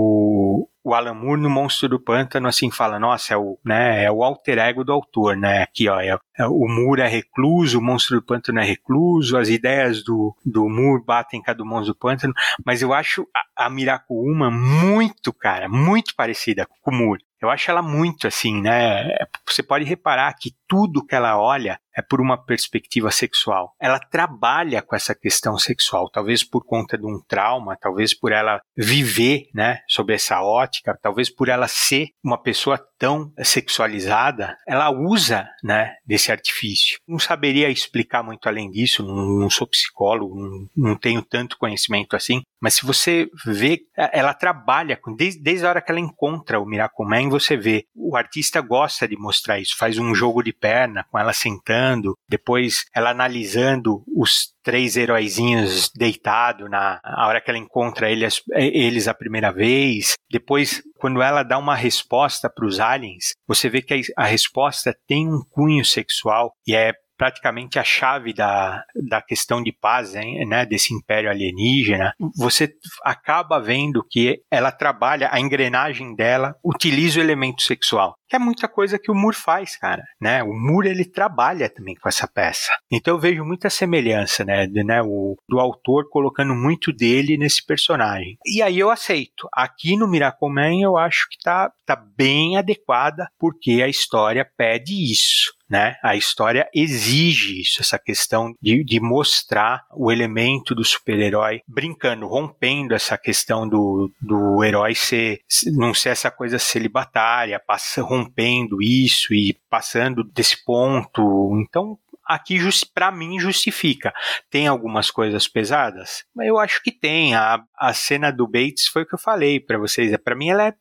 o Alan Moore no Monstro do Pântano, assim, fala, nossa, é o alter ego do autor, né? Aqui, ó, o Moore é recluso, o Monstro do Pântano é recluso, as ideias do Moore batem com a do Monstro do Pântano, mas eu acho a Miracle Woman muito parecida com o Moore. Eu acho ela muito assim, né? Você pode reparar que tudo que ela olha é por uma perspectiva sexual. Ela trabalha com essa questão sexual, talvez por conta de um trauma, talvez por ela viver, né, sob essa ótica, talvez por ela ser uma pessoa tão sexualizada, ela usa, né, desse artifício. Não saberia explicar muito além disso, não sou psicólogo, não tenho tanto conhecimento assim, mas se você vê, ela trabalha, desde a hora que ela encontra o Miracleman, você vê, o artista gosta de mostrar isso, faz um jogo de perna com ela sentando, depois ela analisando os 3 heróizinhos deitados na hora que ela encontra eles a primeira vez. Depois, quando ela dá uma resposta para os aliens, você vê que a resposta tem um cunho sexual e é praticamente a chave da questão de paz, né, desse império alienígena. Você acaba vendo que ela trabalha, a engrenagem dela utiliza o elemento sexual, que é muita coisa que o Moore faz, cara, né? O Moore, ele trabalha também com essa peça. Então eu vejo muita semelhança, né, do autor colocando muito dele nesse personagem. E aí eu aceito. Aqui no Miracleman eu acho que tá bem adequada, porque a história pede isso, né? A história exige isso, essa questão de mostrar o elemento do super-herói brincando, rompendo essa questão do herói não ser essa coisa celibatária, rompendo isso e passando desse ponto. Então, aqui, para mim, justifica. Tem algumas coisas pesadas? Eu acho que tem. A cena do Bates foi o que eu falei pra vocês. Pra mim, ela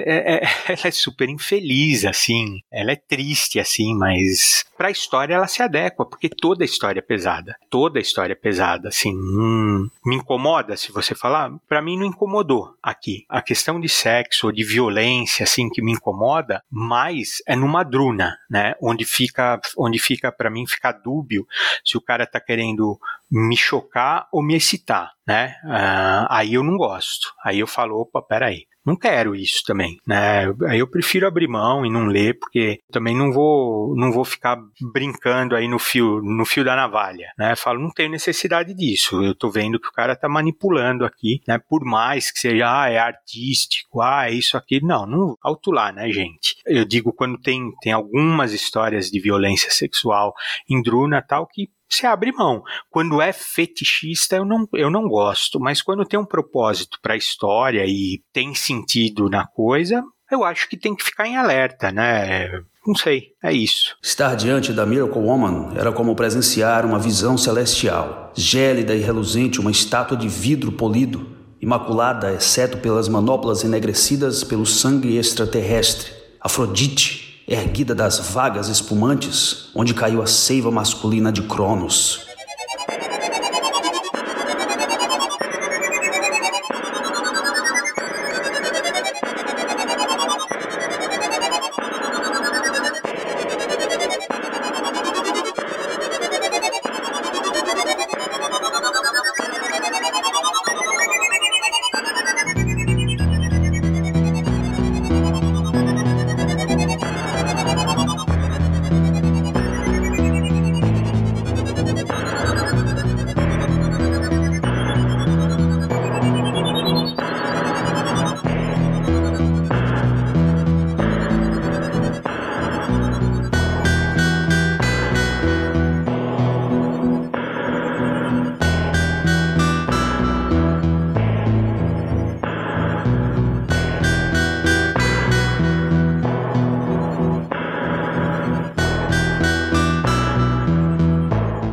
é super infeliz, assim. Ela é triste, assim, mas pra história ela se adequa, porque toda a história é pesada. Toda a história é pesada, assim. Me incomoda, se você falar? Pra mim, não incomodou aqui. A questão de sexo ou de violência, assim, que me incomoda, mas é numa druna, né? Onde fica pra mim, fica dúbio se o cara tá querendo me chocar ou me excitar, né? Aí eu não gosto. Aí eu falo, opa, peraí. Não quero isso também, né? Aí eu prefiro abrir mão e não ler, porque também não vou ficar brincando aí no fio da navalha, né? Falo, não tenho necessidade disso. Eu tô vendo que o cara tá manipulando aqui, né? Por mais que seja, é artístico, é isso aqui. Não alto lá, né, gente? Eu digo, quando tem algumas histórias de violência sexual em Druna, tal, que você abre mão. Quando é fetichista, eu não gosto, mas quando tem um propósito para a história e tem sentido na coisa, eu acho que tem que ficar em alerta, né? Não sei, é isso. Estar diante da Miracle Woman era como presenciar uma visão celestial, gélida e reluzente, uma estátua de vidro polido, imaculada, exceto pelas manoplas enegrecidas pelo sangue extraterrestre. Afrodite, erguida das vagas espumantes, onde caiu a seiva masculina de Cronos.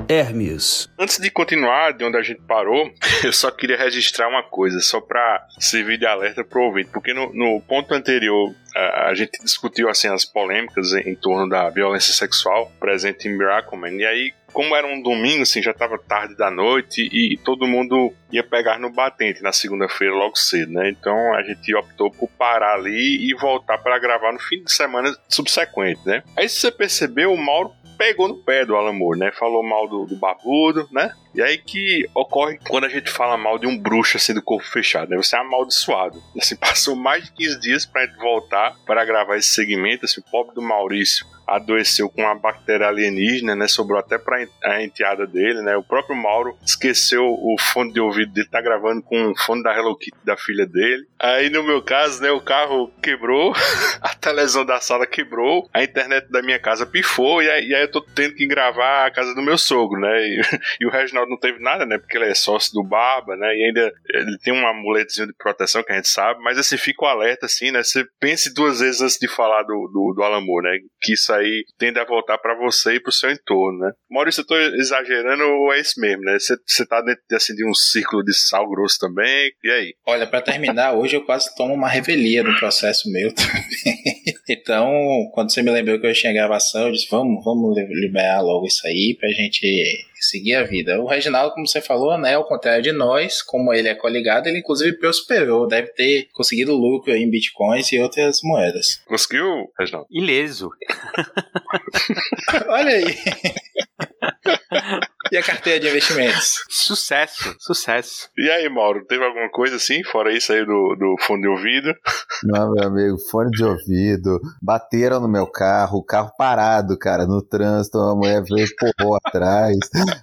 Hermes. Antes de continuar de onde a gente parou, eu só queria registrar uma coisa, só para servir de alerta para o ouvinte, porque no ponto anterior a gente discutiu assim as polêmicas em torno da violência sexual presente em Miracleman, e aí, como era um domingo, assim, já estava tarde da noite e todo mundo ia pegar no batente na segunda-feira logo cedo, né? Então a gente optou por parar ali e voltar para gravar no fim de semana subsequente, né? Aí, se você percebeu, o Mauro pegou no pé do Alan Moore, né? Falou mal do barbudo, né? E aí que ocorre quando a gente fala mal de um bruxo, assim, do corpo fechado, né? Você é amaldiçoado. Assim, passou mais de 15 dias pra gente voltar para gravar esse segmento, assim, o pobre do Maurício adoeceu com uma bactéria alienígena, né? Sobrou até pra a enteada dele, né? O próprio Mauro esqueceu o fone de ouvido dele, tá gravando com o fone da Hello Kitty da filha dele. Aí, no meu caso, né? O carro quebrou, a televisão da sala quebrou, a internet da minha casa pifou, e aí eu tô tendo que gravar a casa do meu sogro, né? E o Reginaldo não teve nada, né? Porque ele é sócio do Barba, né? E ainda ele tem um amuletezinho de proteção que a gente sabe, mas assim, fica o alerta, assim, né? Você pense duas vezes antes de falar do Alan Moore, né? Que isso aí tende a voltar pra você e pro seu entorno, né? Maurício, eu tô exagerando ou é isso mesmo, né? Você tá dentro assim, de um círculo de sal grosso também, e aí? Olha, pra terminar, hoje eu quase tomo uma revelia no processo meu também. Então, quando você me lembrou que eu tinha gravação, eu disse, vamos liberar logo isso aí pra gente seguir a vida. O Reginaldo, como você falou, né, ao contrário de nós, como ele é coligado, ele inclusive prosperou, deve ter conseguido lucro em bitcoins e outras moedas. Conseguiu, Reginaldo? Ileso. Olha aí. E a carteira de investimentos? Sucesso. E aí, Mauro, teve alguma coisa assim, fora isso aí do fone de ouvido? Não, meu amigo, fone de ouvido, bateram no meu carro, o carro parado, cara, no trânsito, a mulher veio e porrou atrás.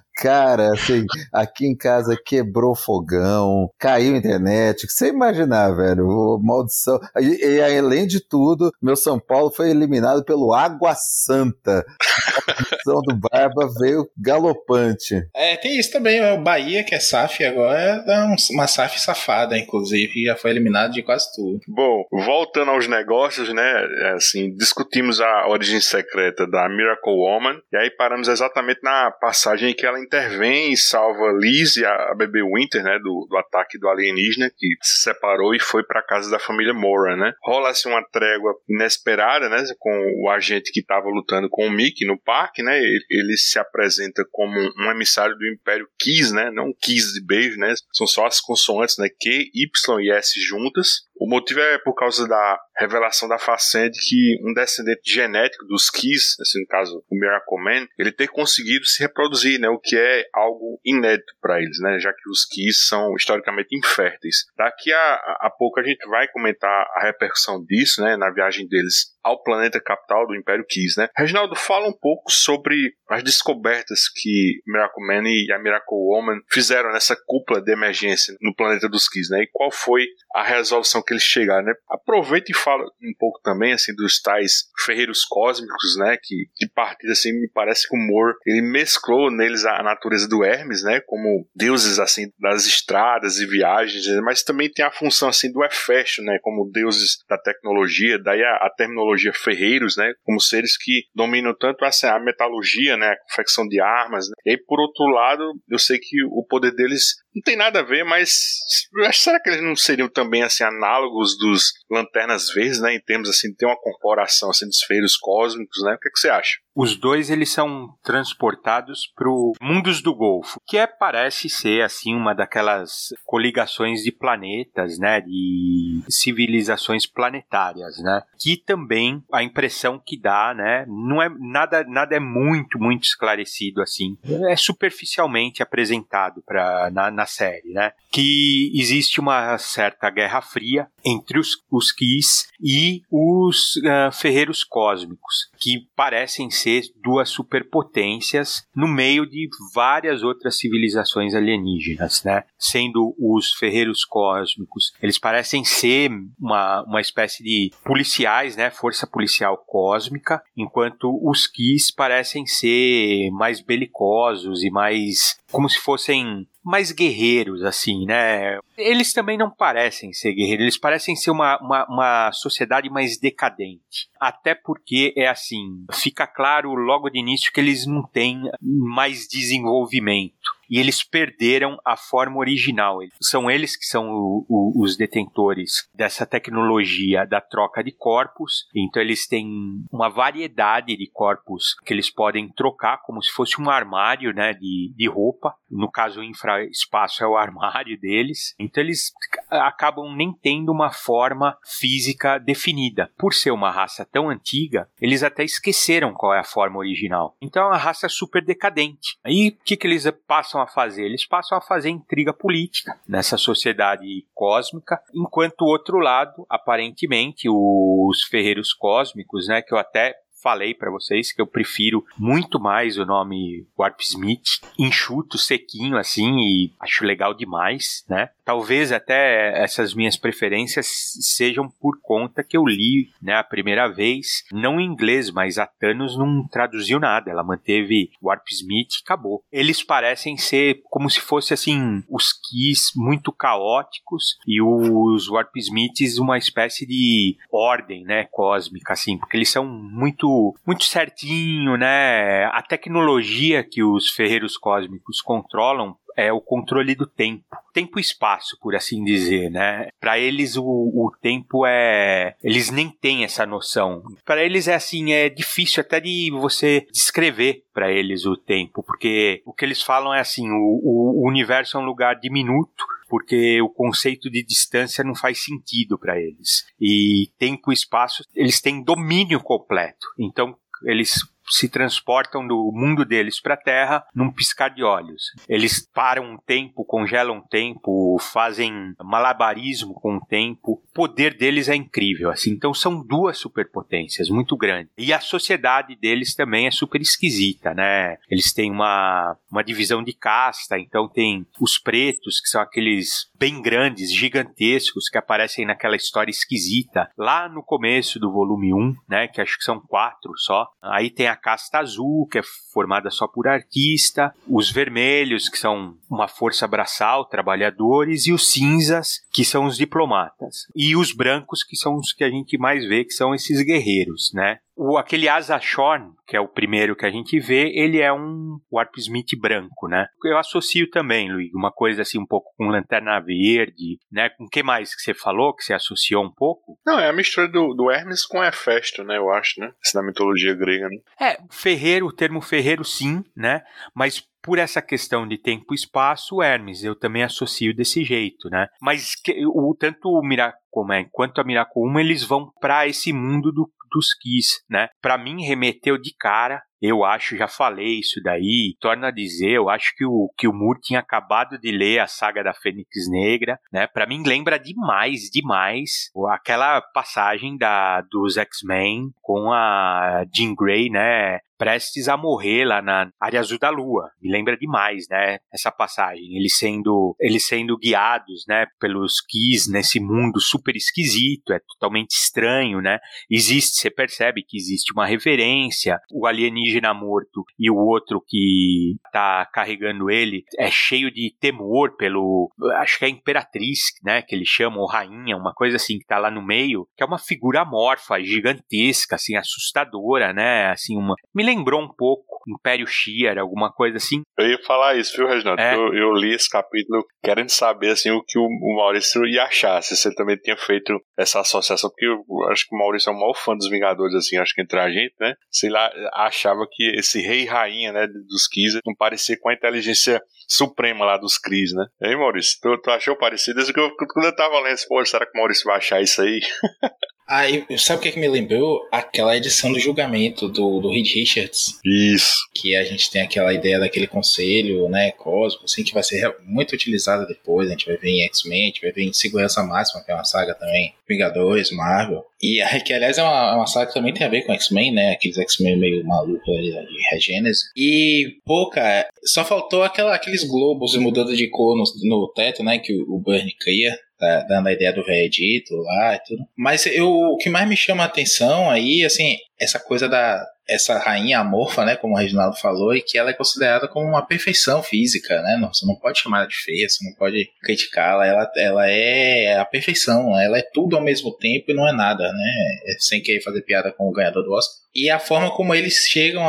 Cara, assim, aqui em casa quebrou fogão, caiu a internet, o que você imaginar, velho, maldição. E além de tudo, meu São Paulo foi eliminado pelo Água Santa. A maldição do Barba veio galopante. Tem isso também, o Bahia, que é SAF agora, é uma SAF safada, inclusive, já foi eliminado de quase tudo. Bom, voltando aos negócios, né, assim, discutimos a origem secreta da Miracle Woman, e aí paramos exatamente na passagem em que ela intervém e salva Liz e a bebê Winter, né, do ataque do alienígena, que se separou e foi para casa da família Moran, né. Rola-se uma trégua inesperada, né, com o agente que estava lutando com o Mickey no parque, né, ele se apresenta como um emissário do Império Kiss, né, não Kiss de beijo, né, são só as consoantes, né, Q, Y e S juntas. O motivo é por causa da revelação da Facend que um descendente genético dos Kiss, assim, no caso o Miracle Man, ele ter conseguido se reproduzir, né, o que é algo inédito para eles, né, já que os Kiss são historicamente inférteis. Daqui a pouco a gente vai comentar a repercussão disso, né, na viagem deles ao planeta capital do Império Kiss, né. Reginaldo, fala um pouco sobre as descobertas que Miracle Man e a Miracle Woman fizeram nessa cúpula de emergência no planeta dos Kiss, né, e qual foi a resolução que eles chegaram, né. Aproveita e fala um pouco também, assim, dos tais ferreiros cósmicos, né, que de partida, assim, me parece que o Moore, ele mesclou neles a natureza do Hermes, né, como deuses, assim, das estradas e viagens, mas também tem a função, assim, do Hefesto, né, como deuses da tecnologia, daí a terminologia ferreiros, né, como seres que dominam tanto a metalurgia, né, a confecção de armas, né, e aí, por outro lado, eu sei que o poder deles não tem nada a ver, mas será que eles não seriam também, assim, análogos dos Lanternas Verdes, né, em termos, assim, de ter uma corporação, assim, dos ferreiros cósmicos, né, o que você acha? Os dois, eles são transportados para o Mundos do Golfo, que parece ser, assim, uma daquelas coligações de planetas, né, de civilizações planetárias, né, que também a impressão que dá, né, não é nada é muito esclarecido, assim, é superficialmente apresentado na série, né, que existe uma certa guerra fria entre os Kiss e os ferreiros cósmicos, que parecem ser duas superpotências no meio de várias outras civilizações alienígenas, né? Sendo os ferreiros cósmicos, eles parecem ser uma espécie de policiais, né? Força policial cósmica, enquanto os Kiss parecem ser mais belicosos e mais, como se fossem mais guerreiros, assim, né? Eles também não parecem ser guerreiros, eles parecem ser uma sociedade mais decadente. Até porque é assim, fica claro logo de início que eles não têm mais desenvolvimento. E eles perderam a forma original. São eles que são os detentores dessa tecnologia da troca de corpos. Então eles têm uma variedade de corpos que eles podem trocar, como se fosse um armário, né, de roupa. No caso, o infraespaço é o armário deles. Então eles acabam nem tendo uma forma física definida. Por ser uma raça tão antiga, eles até esqueceram qual é a forma original. Então é uma raça super decadente. Aí o que eles passam a fazer? Eles passam a fazer intriga política nessa sociedade cósmica, enquanto o outro lado, aparentemente, os ferreiros cósmicos, né, que eu até falei para vocês que eu prefiro muito mais o nome Warp Smith, enxuto, sequinho assim, e acho legal demais, né? Talvez até essas minhas preferências sejam por conta que eu li, né, a primeira vez, não em inglês, mas a Thanos não traduziu nada, ela manteve Warp Smith e acabou. Eles parecem ser como se fosse assim, os Keys muito caóticos e os Warp Smiths uma espécie de ordem, né, cósmica, assim, porque eles são muito certinho, né? A tecnologia que os ferreiros cósmicos controlam é o controle do tempo. Tempo e espaço, por assim dizer, né? Para eles o tempo é... Eles nem têm essa noção. Para eles é assim, é difícil até de você descrever para eles o tempo, porque o que eles falam é assim, o universo é um lugar diminuto, porque o conceito de distância não faz sentido para eles. E tempo e espaço, eles têm domínio completo. Então, eles se transportam do mundo deles para a Terra num piscar de olhos. Eles param um tempo, congelam um tempo, fazem malabarismo com o tempo. O poder deles é incrível, assim. Então são duas superpotências muito grandes. E a sociedade deles também é super esquisita, né? Eles têm uma divisão de casta, então tem os pretos, que são aqueles bem grandes, gigantescos, que aparecem naquela história esquisita, lá no começo do volume 1, né? Que acho que são 4 só. Aí tem a casta azul, que é formada só por artista, os vermelhos, que são uma força braçal, trabalhadores, e os cinzas, que são os diplomatas. E os brancos, que são os que a gente mais vê, que são esses guerreiros, né? Aquele Asa Shorn, que é o primeiro que a gente vê, ele é um Warp Smith branco, né? Eu associo também, Luiz, uma coisa assim um pouco com Lanterna Verde, né? Com o que mais que você falou, que você associou um pouco? Não, é a mistura do Hermes com Hefesto, né? Eu acho, né? Isso na mitologia grega, né? Ferreiro, o termo ferreiro sim, né? Mas por essa questão de tempo e espaço, o Hermes, eu também associo desse jeito, né? Mas tanto o Miracoman quanto a Miracoman, eles vão para esse mundo dos Keys, né? Para mim, remeteu de cara. Eu acho, já falei isso daí, torno a dizer, eu acho que o Moore tinha acabado de ler a saga da Fênix Negra, né? Pra mim lembra demais aquela passagem dos X-Men com a Jean Grey, né? Prestes a morrer lá na Área Azul da Lua. Me lembra demais, né? Essa passagem. Eles sendo guiados, né? Pelos Keys nesse mundo super esquisito, é totalmente estranho, né? Você percebe que existe uma reverência, o alienígena morto e o outro que tá carregando ele é cheio de temor acho que é a Imperatriz, né? Que eles chamam, ou Rainha, uma coisa assim que tá lá no meio, que é uma figura amorfa, gigantesca, assim, assustadora, né? Assim, me lembrou um pouco Império Shi'ar, alguma coisa assim. Eu ia falar isso, viu, Reginaldo? Eu li esse capítulo querendo saber assim, o que o Maurício ia achar, se você também tinha feito essa associação, porque eu acho que o Maurício é o maior fã dos Vingadores, assim, acho que entre a gente, né? Sei lá, achava que esse rei e rainha, né, dos Keys não parecia com a inteligência suprema lá dos Kree, né? E aí, Maurício, tu achou parecido? Quando eu tava lendo, pô, será que o Maurício vai achar isso aí? Aí, sabe o que me lembrou? Aquela edição do julgamento do Reed Richards. Isso. Que a gente tem aquela ideia daquele conselho, né, cósmico, assim, que vai ser muito utilizada depois. A gente vai ver em X-Men, a gente vai ver em Segurança Máxima, que é uma saga também, Vingadores, Marvel. E que, aliás, é uma saga que também tem a ver com X-Men, né? Aqueles X-Men meio malucos ali de Regênese. E, pô, cara, só faltou aqueles globos mudando de cor no teto, né? Que o Byrne cria. Tá dando a ideia do veredito lá e tudo. Mas o que mais me chama a atenção aí, assim, essa coisa essa rainha amorfa, né, como o Reginaldo falou, e que ela é considerada como uma perfeição física, né? Você não pode chamar ela de feia, você não pode criticá-la, ela é a perfeição, ela é tudo ao mesmo tempo e não é nada, né? Sem querer fazer piada com o ganhador do Oscar. E a forma como eles chegam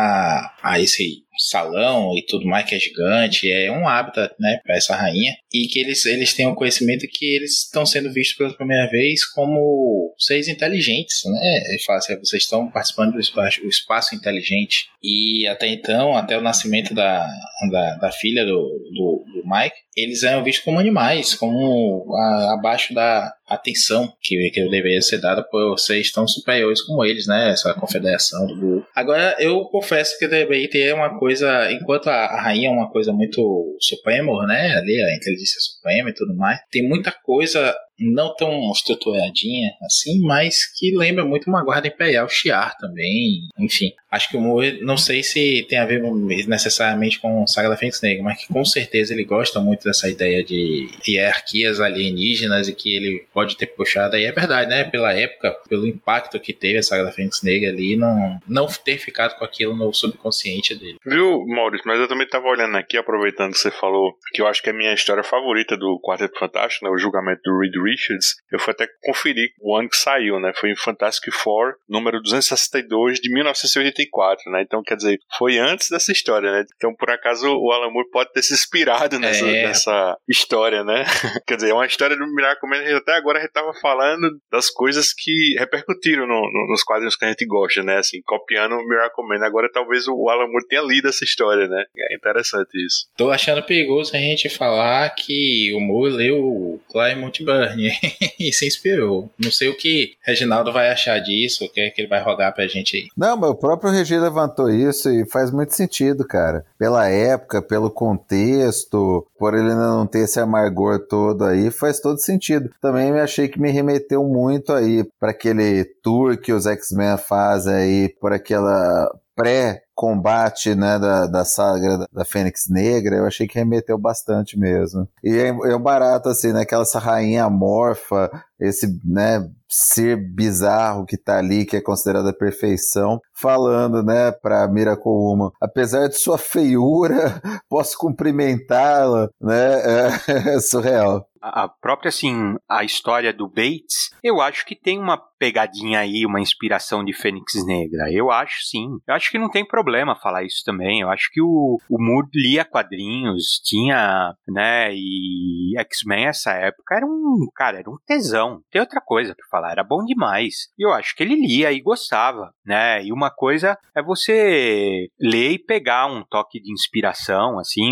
a esse salão e tudo mais, que é gigante, é um habitat, né, para essa rainha, e que eles têm o conhecimento que eles estão sendo vistos pela primeira vez como seres inteligentes, né? Ele fala assim, vocês estão participando do espaço inteligente. E até então, até o nascimento da filha do Mike, eles eram vistos como animais, como abaixo da atenção que deveria ser dada por seres tão superiores como eles, né? Essa confederação do... Agora, eu confesso que deveria ter uma coisa, enquanto a rainha é uma coisa muito suprema, né? Ali, a inteligência suprema e tudo mais, tem muita coisa não tão estruturadinha assim, mas que lembra muito uma guarda imperial Shi'ar também. Enfim, acho que o Moore, não sei se tem a ver necessariamente com Saga da Fênix Negra, mas que com certeza ele gosta muito dessa ideia de hierarquias alienígenas e que ele pode ter puxado, aí é verdade, né? Pela época, pelo impacto que teve a Saga da Fênix Negra ali, não ter ficado com aquilo no subconsciente dele. Viu, Maurício? Mas eu também estava olhando aqui, aproveitando que você falou, que eu acho que é a minha história favorita do Quarteto Fantástico, né? O julgamento do Reed Richards. Eu fui até conferir o ano que saiu, né? Foi em Fantastic Four, número 262 de 1984, né? Então, quer dizer, foi antes dessa história, né? Então, por acaso, o Alan Moore pode ter se inspirado nessa história, né? Quer dizer, é uma história do Miracle Man. Até agora a gente tava falando das coisas que repercutiram nos quadrinhos que a gente gosta, né? Assim, copiando o Miracle Man. Agora, talvez o Alan Moore tenha lido essa história, né? É interessante isso. Tô achando perigoso a gente falar que o Moore leu o Claremont Burnie e se inspirou. Não sei o que Reginaldo vai achar disso, o que é que ele vai rogar pra gente aí. Não, mas o próprio Regi levantou isso e faz muito sentido, cara. Pela época, pelo contexto, por ele ainda não ter esse amargor todo aí, faz todo sentido. Também me achei que me remeteu muito aí para aquele tour que os X-Men fazem aí, por aquela pré-combate, né, da saga da Fênix Negra. Eu achei que remeteu bastante mesmo. E é um barato, assim, né, aquela rainha amorfa, esse, né, ser bizarro que tá ali, que é considerado a perfeição, falando, né, pra Miracle Woman, apesar de sua feiura, posso cumprimentá-la, né, é surreal. A própria, assim, a história do Bates, eu acho que tem uma pegadinha aí, uma inspiração de Fênix Negra. Eu acho, sim. Eu acho que não tem problema falar isso também. Eu acho que o Moore lia quadrinhos, tinha, né, e X-Men nessa época era um tesão. Não tem outra coisa pra falar, era bom demais. E eu acho que ele lia e gostava, né, e uma coisa é você ler e pegar um toque de inspiração, assim,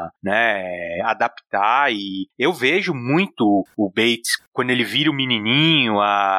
né, adaptar, e eu vejo muito o Bates, quando ele vira o menininho,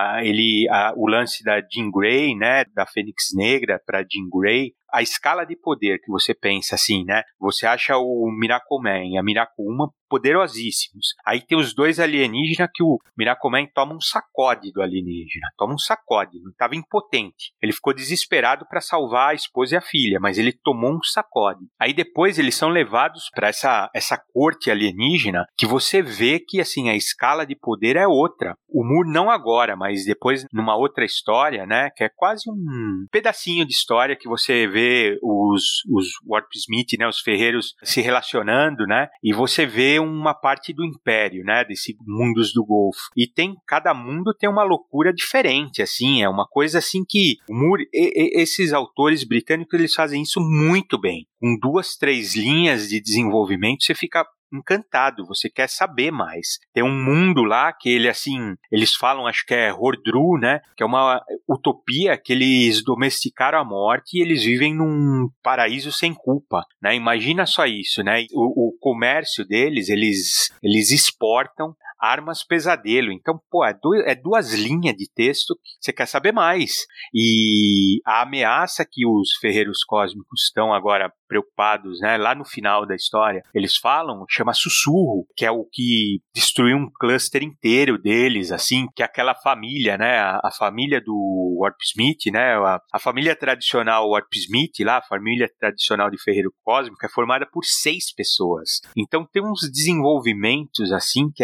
o lance da Jean Grey, né, da Fênix Negra para Jean Grey, a escala de poder que você pensa assim, né, você acha o Miracle Man e a Miracle Woman poderosíssimos. Aí tem os dois alienígenas que o Miracle Man toma um sacode do alienígena, não estava impotente. Ele ficou desesperado para salvar a esposa e a filha, mas ele tomou um sacode. Aí depois eles são levados para essa corte alienígena, que você vê que, assim, a escala de poder é outra. O Moore não agora, mas depois numa outra história, né, que é quase um pedacinho de história que você vê os Warp Smith, né, os ferreiros se relacionando, né, e você vê uma parte do Império, né, desse mundos do Golfo. E cada mundo tem uma loucura diferente, assim, é uma coisa assim que o Moore, esses autores britânicos, eles fazem isso muito bem. Com 2, 3 linhas de desenvolvimento, você fica encantado, você quer saber mais. Tem um mundo lá que ele, assim, eles falam, acho que é Hordru, né, que é uma utopia que eles domesticaram a morte e eles vivem num paraíso sem culpa, né, imagina só isso, né, o comércio deles, eles exportam armas pesadelo, então, pô, é 2 linhas de texto que você quer saber mais. E a ameaça que os ferreiros cósmicos estão agora preocupados, né, lá no final da história, eles falam, chama Sussurro, que é o que destruiu um cluster inteiro deles, assim, que é aquela família, né, a família do Warp Smith, né, a família tradicional Warp Smith, lá, a família tradicional de ferreiro cósmico, é formada por 6 pessoas. Então tem uns desenvolvimentos, assim, que é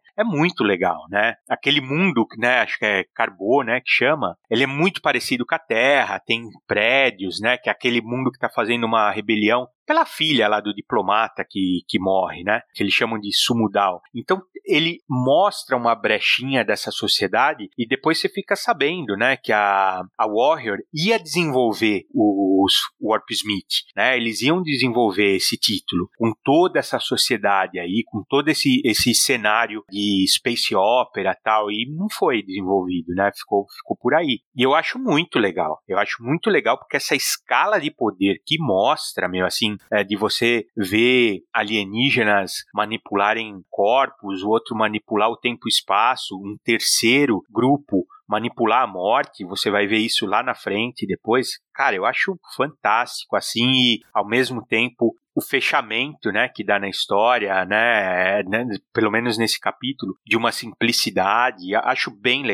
é muito legal, né? Aquele mundo, né, acho que é Carbô, né, que chama, ele é muito parecido com a Terra, tem prédios, né, que é aquele mundo que tá fazendo uma rebelião pela filha lá do diplomata que morre, né? Que eles chamam de Sumudal. Então, ele mostra uma brechinha dessa sociedade e depois você fica sabendo, né? Que a Warrior ia desenvolver os Warpsmith, né? Eles iam desenvolver esse título com toda essa sociedade aí, com todo esse cenário de space opera e tal, e não foi desenvolvido, né? Ficou por aí. E eu acho muito legal. Eu acho muito legal porque essa escala de poder que mostra, meu, assim, de você ver alienígenas manipularem corpos, o outro manipular o tempo e espaço, um terceiro grupo manipular a morte, você vai ver isso lá na frente depois. Cara, eu acho fantástico, assim, e ao mesmo tempo o fechamento, né, que dá na história, né, pelo menos nesse capítulo, de uma simplicidade, acho bem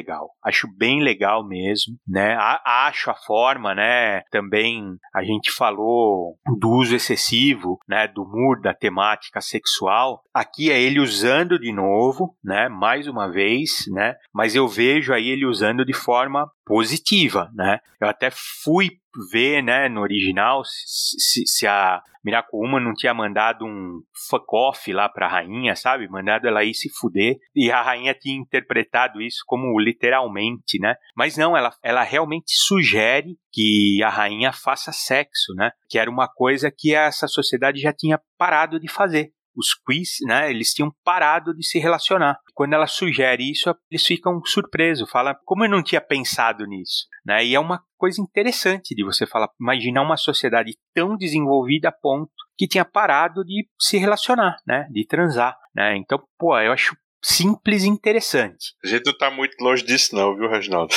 legal mesmo, né, acho a forma, né, também a gente falou do uso excessivo, né, do humor, da temática sexual, aqui é ele usando de novo, né, mais uma vez, né, mas eu vejo aí ele usando de forma positiva, né, eu até fui ver, né, no original, se a Miracle Woman não tinha mandado um fuck off lá pra rainha, sabe? Mandado ela ir se fuder. E a rainha tinha interpretado isso como literalmente, né? Mas não, ela realmente sugere que a rainha faça sexo, né? Que era uma coisa que essa sociedade já tinha parado de fazer. Os quiz, né, eles tinham parado de se relacionar. Quando ela sugere isso, eles ficam surpresos, falam, como eu não tinha pensado nisso? Né? E é uma coisa interessante de você falar, imaginar uma sociedade tão desenvolvida a ponto que tinha parado de se relacionar, né, de transar. Né? Então, pô, eu acho simples e interessante. A gente não tá muito longe disso não, viu, Reginaldo?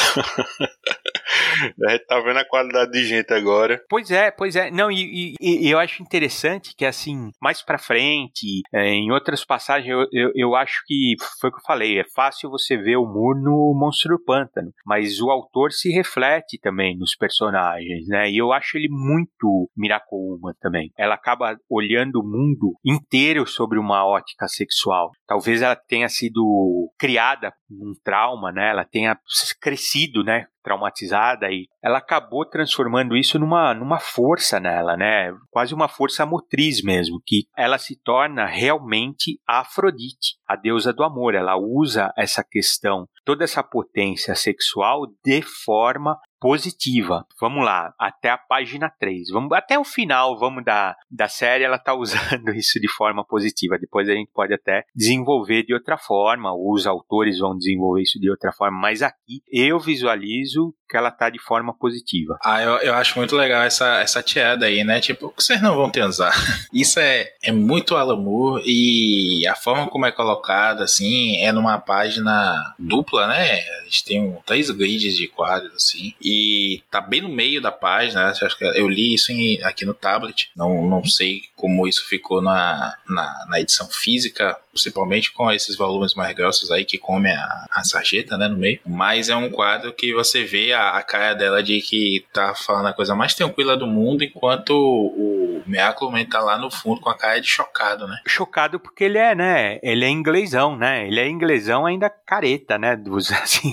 A gente tá vendo a qualidade de gente agora. Pois é. Não, e eu acho interessante que, assim, mais pra frente, em outras passagens, eu acho que, foi o que eu falei, é fácil você ver o Moore no Monstro do Pântano, mas o autor se reflete também nos personagens, né? E eu acho ele muito Miracle Woman também. Ela acaba olhando o mundo inteiro sobre uma ótica sexual. Talvez ela tenha sido criada num trauma, né? Ela tenha crescido, né, traumatizada, e ela acabou transformando isso numa força nela, né? Quase uma força motriz mesmo, que ela se torna realmente a Afrodite, a deusa do amor. Ela usa essa questão, toda essa potência sexual de forma positiva. Vamos lá, até a página 3. Até o final, da série, ela está usando isso de forma positiva. Depois a gente pode até desenvolver de outra forma, os autores vão desenvolver isso de outra forma, mas aqui eu visualizo que ela tá de forma positiva. Eu acho muito legal essa tiada aí, né? Tipo, vocês não vão transar. Isso é muito Alan Moore, e a forma como é colocada, assim, é numa página dupla, né? A gente tem 3 grids de quadros, assim, e tá bem no meio da página, né? Acho que eu li isso aqui no tablet, não sei como isso ficou na edição física, principalmente com esses volumes mais grossos aí que comem a sarjeta, né, no meio, mas é um quadro que você vê a cara dela de que tá falando a coisa mais tranquila do mundo, enquanto o Miracle tá lá no fundo com a cara de chocado, né? Chocado porque ele é inglesão, né? Ele é inglesão ainda careta, né? Dos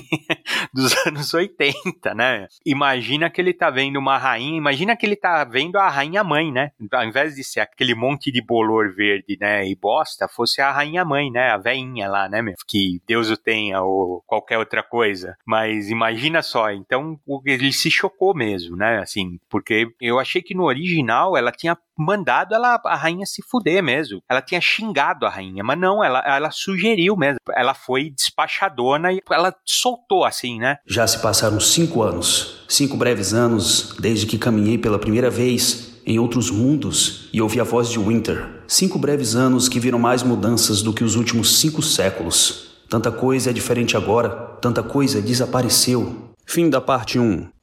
anos 80, né? Imagina que ele tá vendo uma rainha, imagina que ele tá vendo a rainha mãe, né? Ao invés de ser aquele monte de bolor verde, né, e bosta, fosse a rainha mãe, né? A veinha lá, né, meu? Que Deus o tenha, ou qualquer outra coisa. Mas imagina só, então ele se chocou mesmo, né? Assim, porque eu achei que no original ela tinha mandado a rainha se fuder mesmo. Ela tinha xingado a rainha, mas não, ela sugeriu mesmo. Ela foi despachadona e ela soltou assim, né? Já se passaram 5 anos. 5 breves anos desde que caminhei pela primeira vez em outros mundos e ouvi a voz de Winter. 5 breves anos que viram mais mudanças do que os últimos 5 séculos. Tanta coisa é diferente agora, tanta coisa desapareceu. Fim da parte 1.